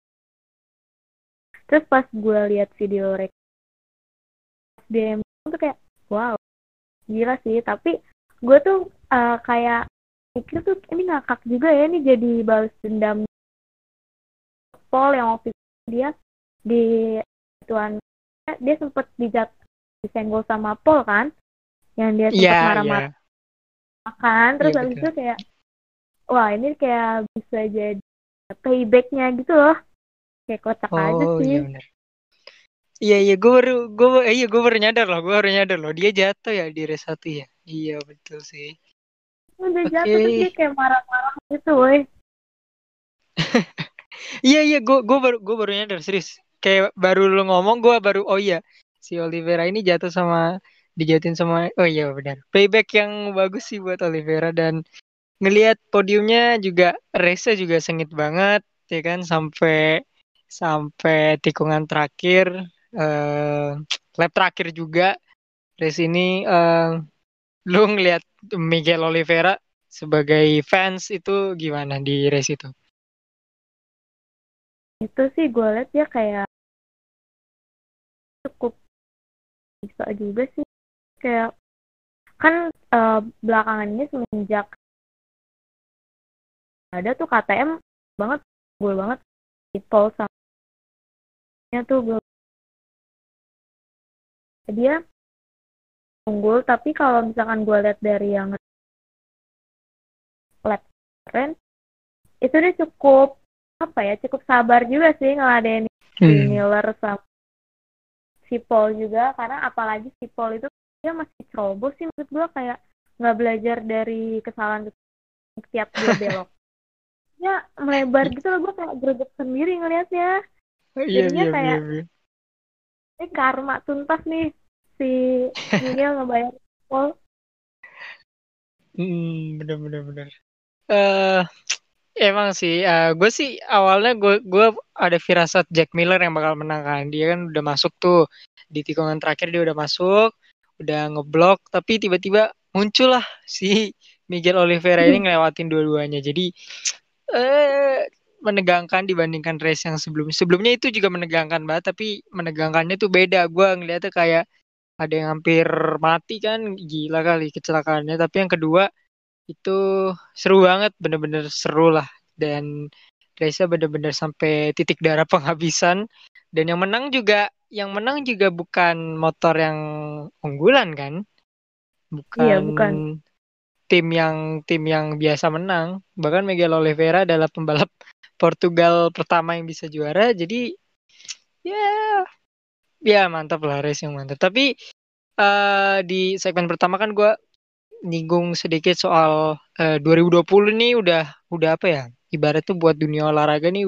Terus pas gue lihat video rek dia tuh kayak wow, gila sih. Tapi gue tuh kayak mikir tuh ini ngakak juga ya, ini jadi balas dendam Paul yang waktu itu dia di tuan dia sempet disenggol sama Paul kan, yang dia Iya, sempet iya. marah-marah kan. Iya Terus habis betul. itu kayak wah ini kayak bisa jadi paybacknya gitu loh, kayak kocak aja Oh, sih. iya benar. Iya, iya, gue baru nyadar loh, dia jatuh ya di race 1 ya. Iya, betul sih. Udah jatuh terus Oke. dia kayak marah-marah gitu woi. Iya, iya, gue baru nyadar serius. Kayak baru lu ngomong, gue baru oh iya, si Oliveira ini dijatuhin sama oh iya benar. Payback yang bagus sih buat Oliveira dan ngelihat podiumnya juga race-nya juga sengit banget ya kan sampai sampai tikungan terakhir eh lap terakhir juga race ini lu ngelihat Miguel Oliveira sebagai fans itu gimana di race itu? Itu sih gue liat dia kayak cukup bisa juga sih, kayak kan belakangan ini semenjak ada tuh KTM banget, gue banget people sama tuh dia unggul. Tapi kalau misalkan gue lihat dari yang lap keren itu dia cukup apa ya, cukup sabar juga sih ngeladenin si Hmm. Miller sama si Paul juga, karena apalagi si Paul itu dia masih ceroboh sih menurut gue, kayak nggak belajar dari kesalahan setiap dia belok ya melebar gitu loh. Gue kayak greget sendiri ngelihatnya, Iya, jadinya iya, iya, kayak iya. ini karma tuntas nih si Miguel ngebayar Paul. Bener, bener, bener. eh Emang sih, gue sih awalnya gue ada firasat Jack Miller yang bakal menang kan. Dia kan udah masuk tuh di tikungan terakhir, dia udah masuk, udah ngeblok, tapi tiba-tiba muncullah si Miguel Oliveira ini ngelewatin dua-duanya. Jadi menegangkan dibandingkan race yang sebelumnya itu juga menegangkan banget, tapi menegangkannya tuh beda. Gue ngeliatnya kayak ada yang hampir mati kan, gila kali kecelakaannya. Tapi yang kedua itu seru banget, bener-bener seru lah. Dan race-nya bener-bener sampai titik darah penghabisan. Dan yang menang juga bukan motor yang unggulan kan, Iya bukan bukan. tim yang biasa menang. Bahkan Miguel Oliveira adalah pembalap Portugal pertama yang bisa juara. Jadi ya, ya mantap lah, race yang mantap. Tapi di segmen pertama kan gue nyinggung sedikit soal 2020 nih udah apa ya? Ibarat tuh buat dunia olahraga nih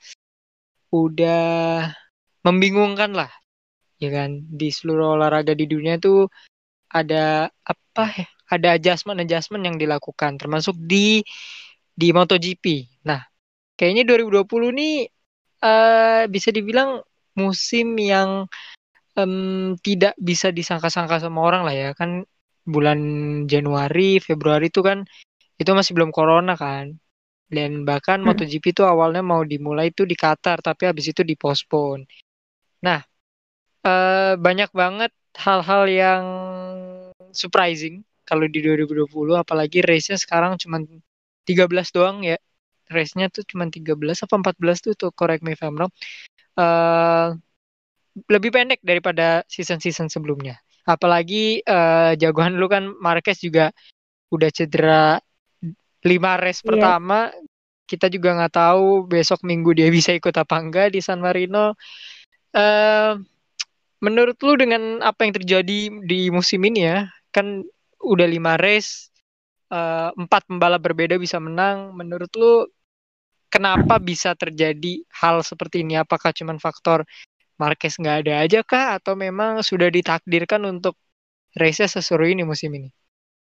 udah membingungkan lah, ya kan? Di seluruh olahraga di dunia tuh ada apa ya? Ada adjustment-adjustment yang dilakukan termasuk di MotoGP. Nah, kayaknya 2020 nih bisa dibilang musim yang tidak bisa disangka-sangka sama orang lah ya kan, bulan Januari, Februari itu kan itu masih belum corona kan. Dan bahkan Mm. MotoGP itu awalnya mau dimulai itu di Qatar, tapi habis itu dipospon. Nah, banyak banget hal-hal yang surprising kalau di 2020, apalagi race-nya sekarang cuma 13 doang ya. Race-nya tuh cuma 13 apa 14 tuh correct me if I'm wrong. Eh, lebih pendek daripada season-season sebelumnya. Apalagi jagoan lu kan Marquez juga udah cedera 5 race Iya. pertama. Kita juga nggak tahu besok minggu dia bisa ikut apa enggak di San Marino. Eh, menurut lu dengan apa yang terjadi di musim ini ya, kan udah 5 race, 4 pembalap berbeda bisa menang. Menurut lu kenapa bisa terjadi hal seperti ini? Apakah cuma faktor Marquez nggak ada aja kah? Atau memang sudah ditakdirkan untuk race-nya seseru ini musim ini?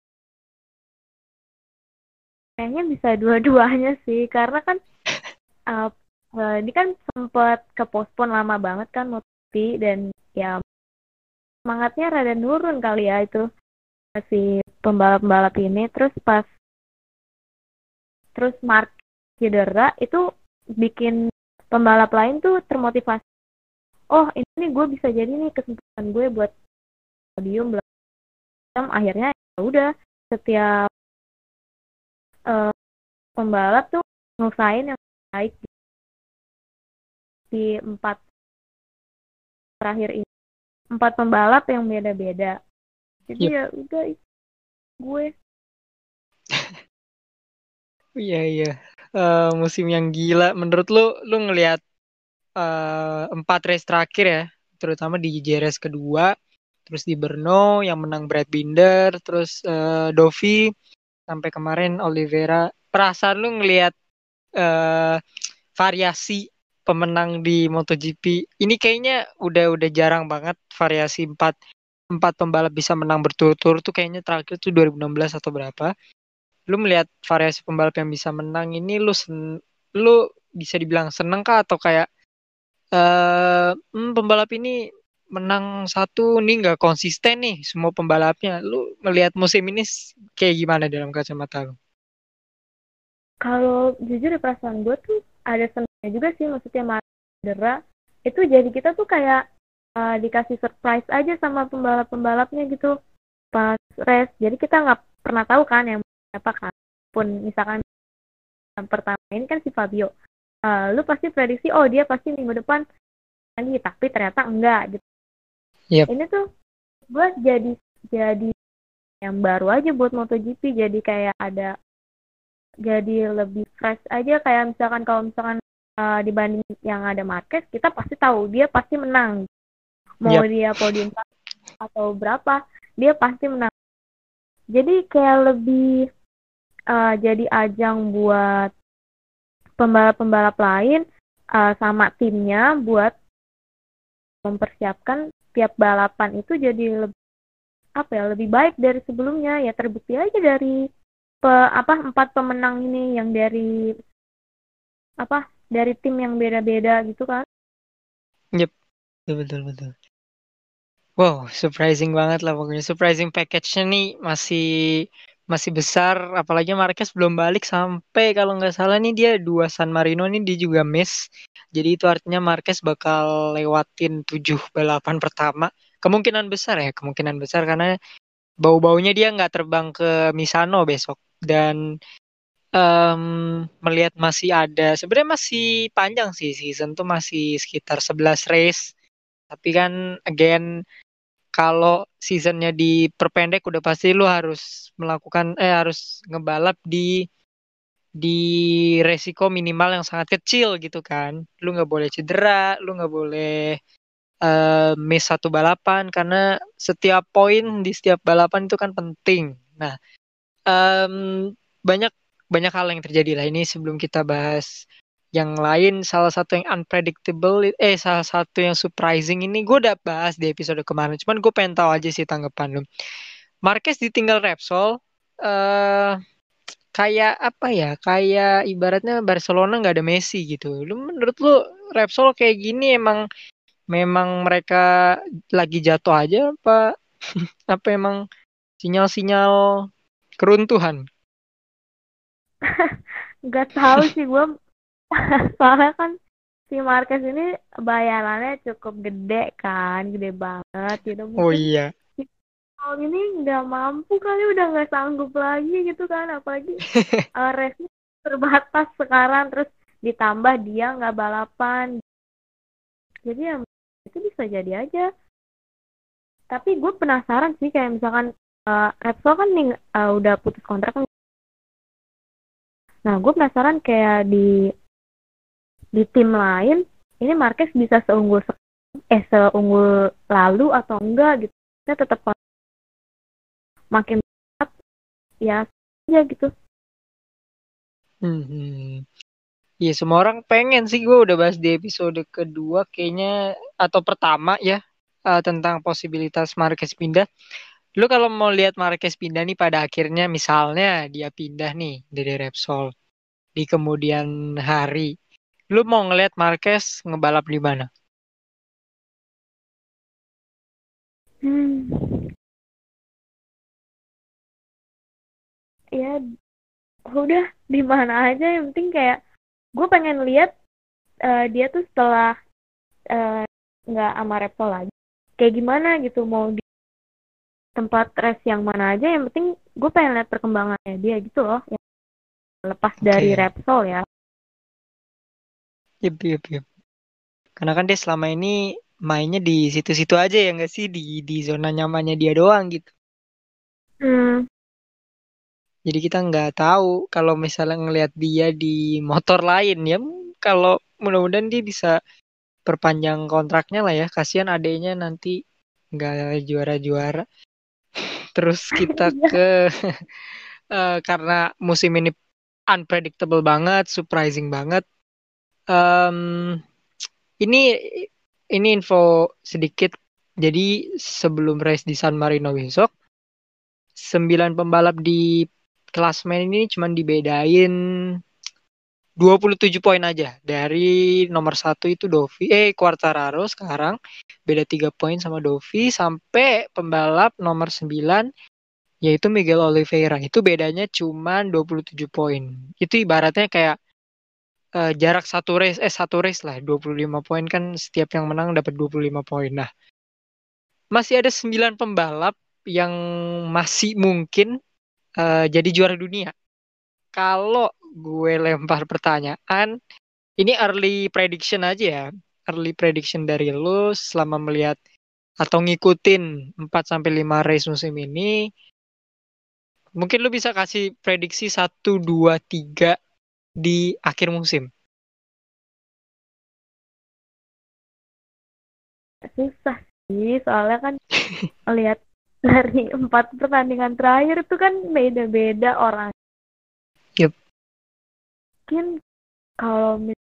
Kayaknya bisa dua-duanya sih, karena kan uh, ini kan sempat kepospon lama banget kan MotoGP, dan ya semangatnya rada nurun kali ya itu si pembalap-pembalap ini. Terus Mark cedera itu bikin pembalap lain tuh termotivasi. Oh, ini gue bisa jadi nih kesempatan gue buat podium. Akhirnya ya udah, setiap pembalap tuh ngusahain yang baik di 4 terakhir ini. 4 pembalap yang beda-beda. Jadi Yep. ya udah gue. Iya iya. Musim yang gila. Menurut lu ngelihat 4 race terakhir ya, terutama di JRS kedua, terus di Brno yang menang Brad Binder, terus Dovi, sampai kemarin Oliveira. Perasaan lu ngelihat eh, variasi pemenang di MotoGP ini kayaknya udah jarang banget variasi empat pembalap bisa menang berturut-turut tuh, kayaknya terakhir tuh 2016 atau berapa. Lu melihat variasi pembalap yang bisa menang ini, lu bisa dibilang seneng kah, atau kayak pembalap ini menang satu nih nggak konsisten nih semua pembalapnya. Lu melihat musim ini kayak gimana dalam kacamata lu? Kalau jujur di perasaan gue tuh ada senangnya juga sih, maksudnya Mark cedera itu jadi kita tuh kayak dikasih surprise aja sama pembalap-pembalapnya gitu pas race. Jadi kita nggak pernah tahu kan yang siapa kan. Pun misalkan yang pertama ini kan si Fabio, lu pasti prediksi oh dia pasti minggu depan lagi, tapi ternyata enggak gitu. Yep. Ini tuh gue jadi yang baru aja buat MotoGP, jadi kayak ada, jadi lebih fresh aja. Kayak misalkan kalau misalkan dibanding yang ada Marquez, kita pasti tahu dia pasti menang, mau Yep. dia podium atau berapa dia pasti menang. Jadi kayak lebih jadi ajang buat pembalap-pembalap lain sama timnya buat mempersiapkan tiap balapan itu jadi lebih lebih baik dari sebelumnya. Ya terbukti aja dari 4 pemenang ini yang dari tim yang beda-beda gitu kan. Yep. Betul betul. Wow, surprising banget lah pokoknya. Surprising package-nya nih masih besar. Apalagi Marquez belum balik sampai, kalau nggak salah nih dia 2 San Marino nih dia juga miss. Jadi itu artinya Marquez bakal lewatin 7 balapan pertama. Kemungkinan besar karena bau-baunya dia nggak terbang ke Misano besok. Dan melihat masih ada, sebenarnya masih panjang sih season tuh, masih sekitar 11 race. Tapi kan again, kalau seasonnya diperpendek udah pasti lu harus ngebalap di resiko minimal yang sangat kecil gitu kan. Lu nggak boleh cedera, lu nggak boleh miss satu balapan, karena setiap poin di setiap balapan itu kan penting. Nah, em, banyak banyak hal yang terjadi lah ini. Sebelum kita bahas yang lain, salah satu yang unpredictable, salah satu yang surprising ini gue udah bahas di episode kemarin. Cuman gue pengen tahu aja sih tanggapan lu. Marquez ditinggal Repsol, eh kayak apa ya? Kayak ibaratnya Barcelona nggak ada Messi gitu. Menurut lu Repsol kayak gini emang memang mereka lagi jatuh aja, apa emang sinyal-sinyal keruntuhan? Nggak tahu sih gue. Soalnya kan si Marquez ini bayarannya cukup gede kan, gede banget gitu. Oh Mungkin iya. si tahun ini nggak mampu kali, udah nggak sanggup lagi gitu kan. Apalagi race-nya terbatas sekarang, terus ditambah dia nggak balapan. Jadi ya itu bisa jadi aja. Tapi gue penasaran sih, kayak misalkan Repsol kan nih udah putus kontrak kan. Nah gue penasaran kayak di tim lain ini Marquez bisa seunggul lalu atau enggak gitu. Kita tetap makin berat ya, aja gitu. Iya, semua orang pengen sih. Gue udah bahas di episode kedua kayaknya, atau pertama ya, tentang posibilitas Marquez pindah. Lu kalau mau lihat Marquez pindah nih pada akhirnya, misalnya dia pindah nih dari Repsol di kemudian hari, lu mau ngelihat Marquez ngebalap di mana? Hmm, ya udah di mana aja yang penting kayak gue pengen lihat dia tuh setelah eh, nggak sama Repsol lagi kayak gimana gitu, mau di tempat race yang mana aja, yang penting gue pengen lihat perkembangannya dia gitu loh, yang lepas dari Oke. Repsol ya. Yep, yep, yep. Karena kan dia selama ini mainnya di situ-situ aja ya nggak sih, di zona nyamannya dia doang gitu. Hmm, Jadi kita nggak tahu kalau misalnya ngelihat dia di motor lain ya. Kalau mudah-mudahan dia bisa perpanjang kontraknya lah ya. Kasihan adanya nanti nggak juara-juara. Terus kita iya. ke karena musim ini unpredictable banget, surprising banget. Em, ini ini info sedikit. Jadi sebelum race di San Marino besok, 9 pembalap di klasmen ini cuma dibedain 27 poin aja. Dari nomor satu itu Quartararo sekarang beda 3 poin sama Dovi, sampai pembalap nomor 9 yaitu Miguel Oliveira. Itu bedanya cuma 27 poin. Itu ibaratnya kayak jarak satu race lah, 25 poin kan, setiap yang menang dapat 25 poin. Nah, masih ada 9 pembalap yang masih mungkin jadi juara dunia. Kalau gue lempar pertanyaan, ini early prediction aja ya. Early prediction dari lu selama melihat atau ngikutin 4 sampai 5 race musim ini, mungkin lu bisa kasih prediksi 1, 2, 3 di akhir musim. Susah sih soalnya kan lihat dari 4 pertandingan terakhir itu kan beda-beda orang. Yep. Mungkin kalau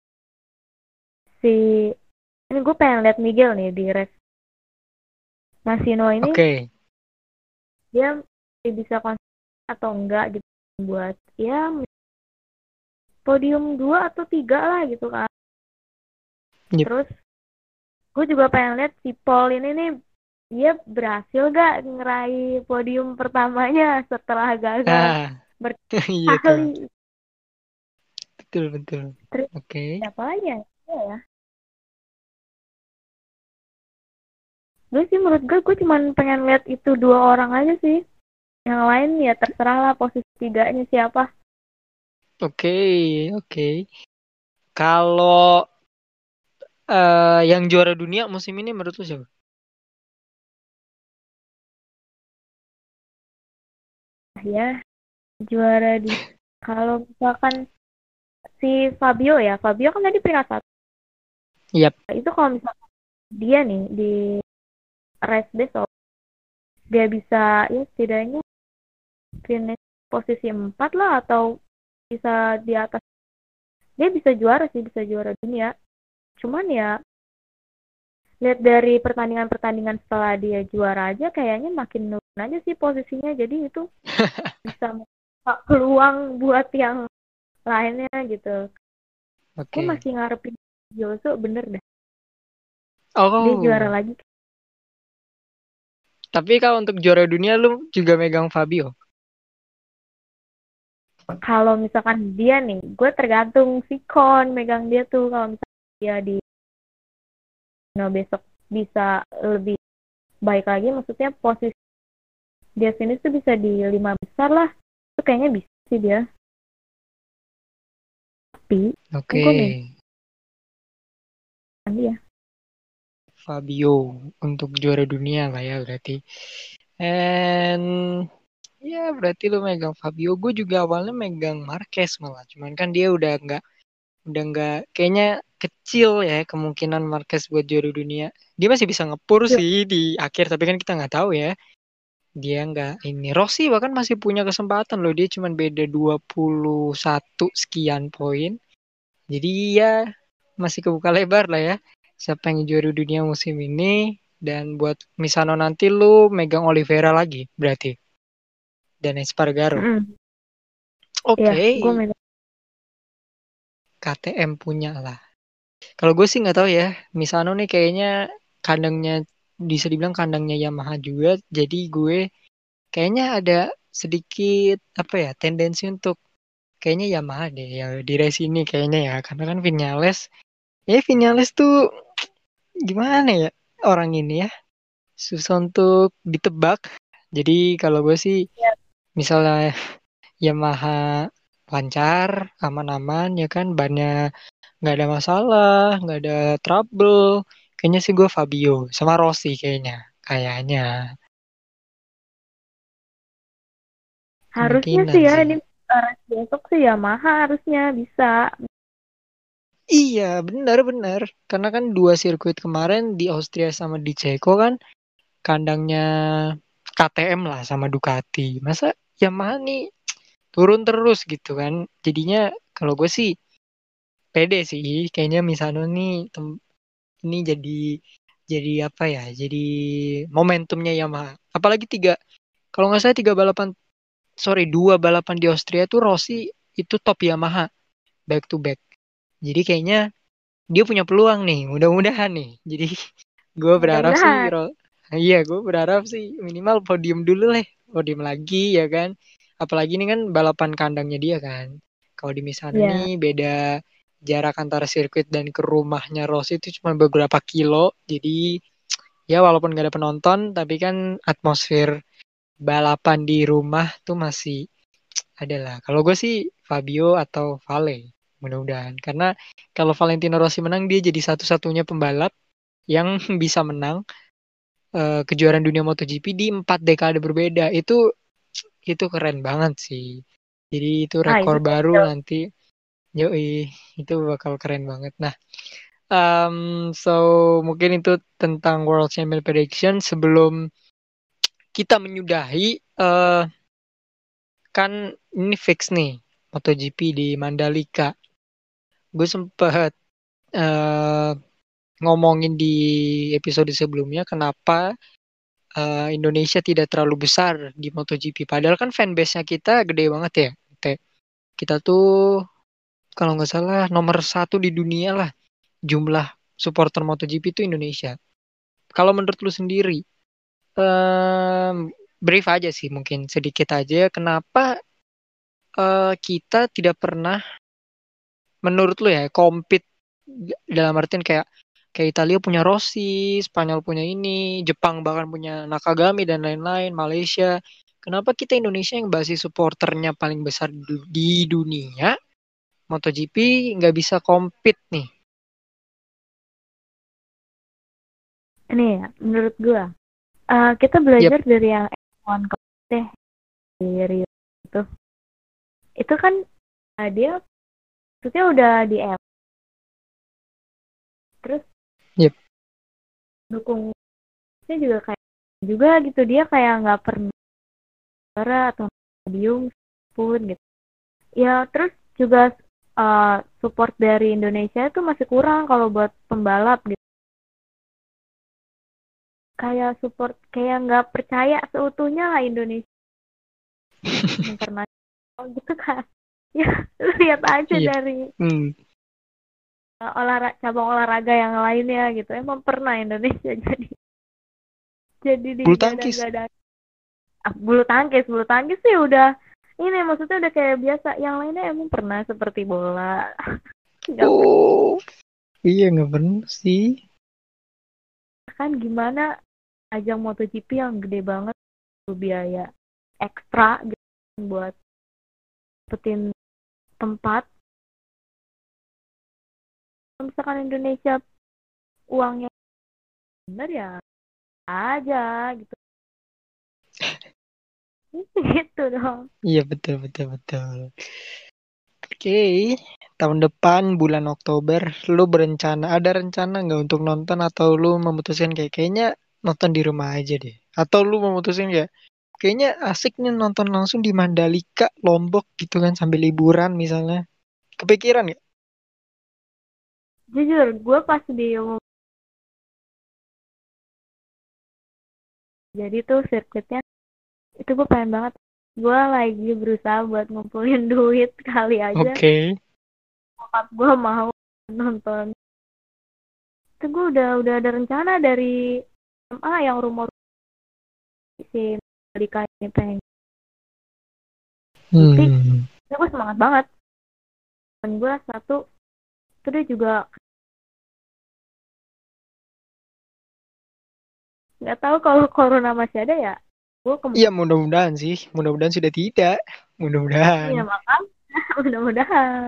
si ini gue pengen lihat Miguel nih di race Masino ini, Oke. dia masih bisa konsisten atau enggak gitu buat ya podium 2 atau 3 lah gitu kan. Yep. Terus gue juga pengen lihat si Paul ini nih, dia berhasil gak ngeraih podium pertamanya setelah gagal Ah, iya tuh. berkali. Betul, betul. Terus Oke. siapa lagi ya? Ya, gue sih menurut gue cuma pengen lihat itu 2 orang aja sih. Yang lain ya terserah lah posisi tiganya siapa. Oke, oke. Kalau yang juara dunia musim ini menurut lu siapa? Ya, juara di kalau misalkan si Fabio ya, Fabio kan tadi peringkat 1. Yap. Itu kalau misalkan dia nih di race besok dia bisa ya setidaknya finish posisi 4 lah, atau bisa di atas, dia bisa juara sih, bisa juara dunia. Cuman ya lihat dari pertandingan-pertandingan setelah dia juara aja kayaknya makin nurun aja sih posisinya, jadi itu bisa membuka peluang buat yang lainnya gitu. Gue Oke. masih ngarepin Joso bener dah dia juara Oh, lagi. tapi kalau untuk juara dunia lu juga megang Fabio. Kalau misalkan dia nih, gue tergantung si Kon megang dia tuh. Kalau misalkan dia di besok bisa lebih baik lagi, maksudnya posisi dia finish tuh bisa di 5 besar lah, itu kayaknya bisa sih dia. Tapi kan Oke. gue megang dia. Fabio untuk juara dunia lah ya berarti. And ya berarti lu megang Fabio. Gue juga awalnya megang Marquez malah. Cuman kan dia udah nggak kayaknya kecil ya kemungkinan Marquez buat juara dunia. Dia masih bisa ngepur Yuk, sih di akhir, tapi kan kita nggak tahu ya. Dia nggak ini. Rossi bahkan masih punya kesempatan loh. Dia cuma beda 21 sekian poin. Jadi ya masih kebuka lebar lah ya. Siapa yang juara dunia musim ini. Dan buat Misano nanti lu megang Oliveira lagi berarti. Dan Espargaro. Mm-mm. Iya, Oke, gue megang. KTM punya lah. Kalau gue sih nggak tahu ya. Misano nih kayaknya kandangnya bisa dibilang kandangnya Yamaha juga. Jadi gue kayaknya ada sedikit apa ya tendensi untuk kayaknya Yamaha deh ya di race ini kayaknya ya karena kan Vinales tuh gimana ya orang ini ya susah untuk ditebak. Jadi kalau gue sih Iya. misalnya Yamaha lancar aman-aman ya kan bannya nggak ada masalah nggak ada trouble kayaknya sih gue Fabio sama Rossi kayaknya Harusnya sih kemungkinan ya sih. ini race besok sih Yamaha harusnya bisa. Iya, benar-benar. Karena kan dua sirkuit kemarin di Austria sama di Ceko kan kandangnya KTM lah sama Ducati. Masa Yamaha nih turun terus gitu kan. Jadinya kalau gue sih pede sih. Kayaknya Misano nih ini jadi apa ya? Jadi momentumnya Yamaha. Apalagi kalau nggak salah dua balapan di Austria tuh Rossi itu top Yamaha back to back. Jadi kayaknya dia punya peluang nih, mudah-mudahan nih. Jadi gue berharap sih, Mudah-mudahan. iya gue berharap sih minimal podium dulu lah, podium lagi ya kan. Apalagi ini kan balapan kandangnya dia kan. Kalau di Misano nih Iya. beda jarak antara sirkuit dan ke rumahnya Rossi itu cuma beberapa kilo. Jadi ya walaupun gak ada penonton, tapi kan atmosfer balapan di rumah tuh masih ada lah. Kalau gue sih Fabio atau Vale, mudah-mudahan. Karena kalau Valentino Rossi menang, dia jadi satu-satunya pembalap yang bisa menang kejuaraan dunia MotoGP di 4 dekade berbeda. Itu keren banget sih. Jadi itu Ah, rekor itu baru gokil. nanti. Yoi, itu bakal keren banget. Nah, um, so mungkin itu tentang World Champion Prediction. Sebelum kita menyudahi, kan ini fix nih MotoGP di Mandalika. Gue sempet eh, ngomongin di episode sebelumnya kenapa Indonesia tidak terlalu besar di MotoGP. Padahal kan fanbase-nya kita gede banget ya. Kita tuh kalau nggak salah nomor satu di dunia lah jumlah supporter MotoGP itu Indonesia. Kalau menurut lu sendiri, em, brief aja sih mungkin sedikit aja kenapa kita tidak pernah menurut lu ya compete dalam artian kayak kayak Italia punya Rossi, Spanyol punya ini, Jepang bahkan punya Nakagami dan lain-lain, Malaysia. Kenapa kita Indonesia yang basis supporternya paling besar di dunia, MotoGP nggak bisa compete nih? Ini ya, menurut gua. Kita Yep, belajar dari yang F1 deh, di Rio itu. Itu kan dia maksudnya udah di F, terus yep. dukungnya juga kayak juga gitu dia kayak nggak pernah juara atau podium pun gitu. Ya terus juga support dari Indonesia itu masih kurang kalau buat pembalap gitu. Kayak support kayak nggak percaya seutuhnya lah Indonesia internasional gitu kan. Ya lihat aja Iya. dari Hmm. cabang olahraga yang lainnya gitu. Emang pernah Indonesia jadi Bulu tangkis. digadang-gadang. Bulu tangkis sih udah ini maksudnya udah kayak biasa. Yang lainnya emang pernah seperti bola. Nggak pernah Oh, iya nggak bener sih. kan gimana ajang MotoGP yang gede banget biaya ekstra gitu buat dapetin tempat. Kalau misalkan Indonesia uangnya bener ya aja gitu. Gitu dong. Iya betul betul betul. Oke, tahun depan bulan Oktober, lu ada rencana nggak untuk nonton atau lu memutuskan kayaknya nonton di rumah aja deh? Atau lu memutuskan kayak Kayaknya asik nih nonton langsung di Mandalika, Lombok gitu kan sambil liburan misalnya. Kepikiran ya? Jujur, gue pas di jadi tuh sirkuitnya itu gue pengen banget. Gue lagi berusaha buat ngumpulin duit kali aja. Oke. Bokap gue mau nonton. Itu gue udah ada rencana dari SMA yang rumor si Dika ini pengen GP. Hmm. Itu gue semangat banget. Dan gue satu itu dia juga nggak tahu kalau corona masih ada ya. Gue Iya mudah-mudahan sih. Mudah-mudahan sudah tidak. Mudah-mudahan. ya makan mudah-mudahan.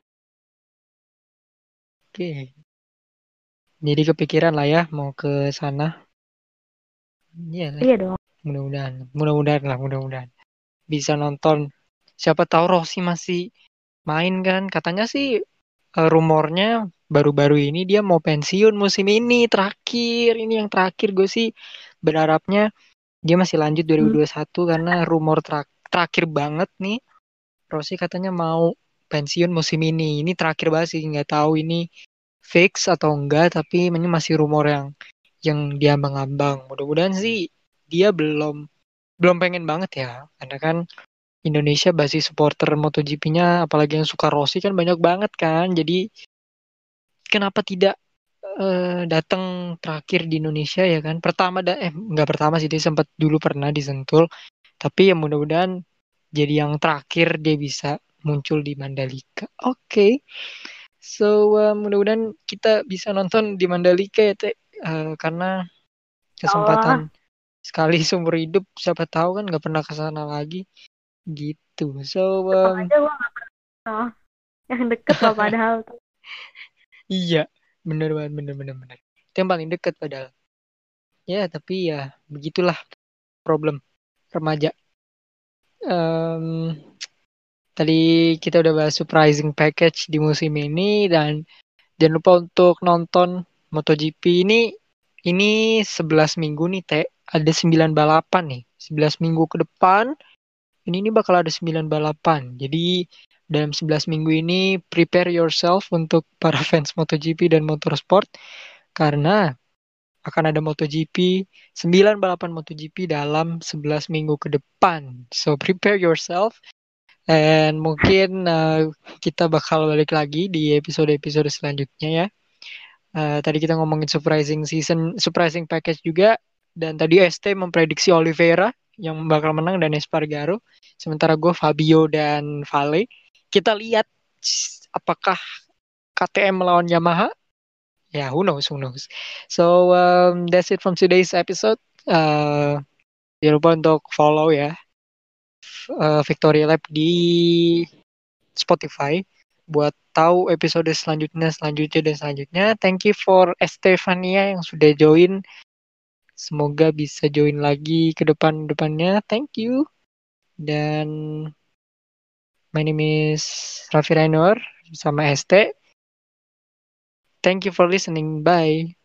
Oke. Jadi kepikiran lah ya mau ke sana. Iya lah. Iya dong. Mudah-mudahan. Mudah-mudahan lah. Mudah-mudahan. Bisa nonton. Siapa tahu Rossi masih main kan. Katanya sih rumornya baru-baru ini dia mau pensiun musim ini. Terakhir. Ini yang terakhir gue sih berharapnya dia masih lanjut Hmm. 2021 karena rumor terakhir banget nih. Rossi katanya mau pensiun musim ini. Ini terakhir banget sih, nggak tahu ini fix atau enggak, tapi ini masih rumor yang diambang-ambang. Mudah-mudahan sih dia belum belum pengen banget ya, karena kan Indonesia basis supporter MotoGP-nya, apalagi yang suka Rossi kan banyak banget kan. Jadi kenapa tidak datang terakhir di Indonesia ya kan? Nggak pertama sih dia sempat dulu pernah disentul, tapi ya mudah-mudahan jadi yang terakhir dia bisa muncul di Mandalika. Oke. So, mudah-mudahan kita bisa nonton di Mandalika ya, Teh. Karena Ya Allah, kesempatan sekali seumur hidup, siapa tahu kan nggak pernah ke sana lagi. Gitu. So, Jepang aja gue nggak pernah. Yang deket loh padahal tuh. iya. Bener banget, bener, bener, bener. Itu yang paling dekat padahal. Ya, tapi ya begitulah problem remaja. Em, Tadi kita udah bahas surprising package di musim ini dan jangan lupa untuk nonton MotoGP ini 11 minggu nih, Teh. Ada 9 balapan nih. 11 minggu ke depan ini bakal ada 9 balapan. Jadi dalam 11 minggu ini prepare yourself untuk para fans MotoGP dan motorsport karena akan ada MotoGP, 9 balapan MotoGP dalam 11 minggu ke depan. So prepare yourself. And mungkin kita bakal balik lagi di episode-episode selanjutnya ya. Tadi kita ngomongin surprising package juga. Dan tadi ST memprediksi Oliveira yang bakal menang dan Espargaro. Sementara gue Fabio dan Vale. Kita lihat apakah KTM melawan Yamaha. Ya, who knows, who knows. So, that's it from today's episode. Jangan lupa untuk follow ya Victoria Lab di Spotify buat tahu episode selanjutnya. Thank you for Estefania yang sudah join. Semoga bisa join lagi ke depannya. Thank you. Dan my name is Raffi Rainur sama ST. Thank you for listening. Bye.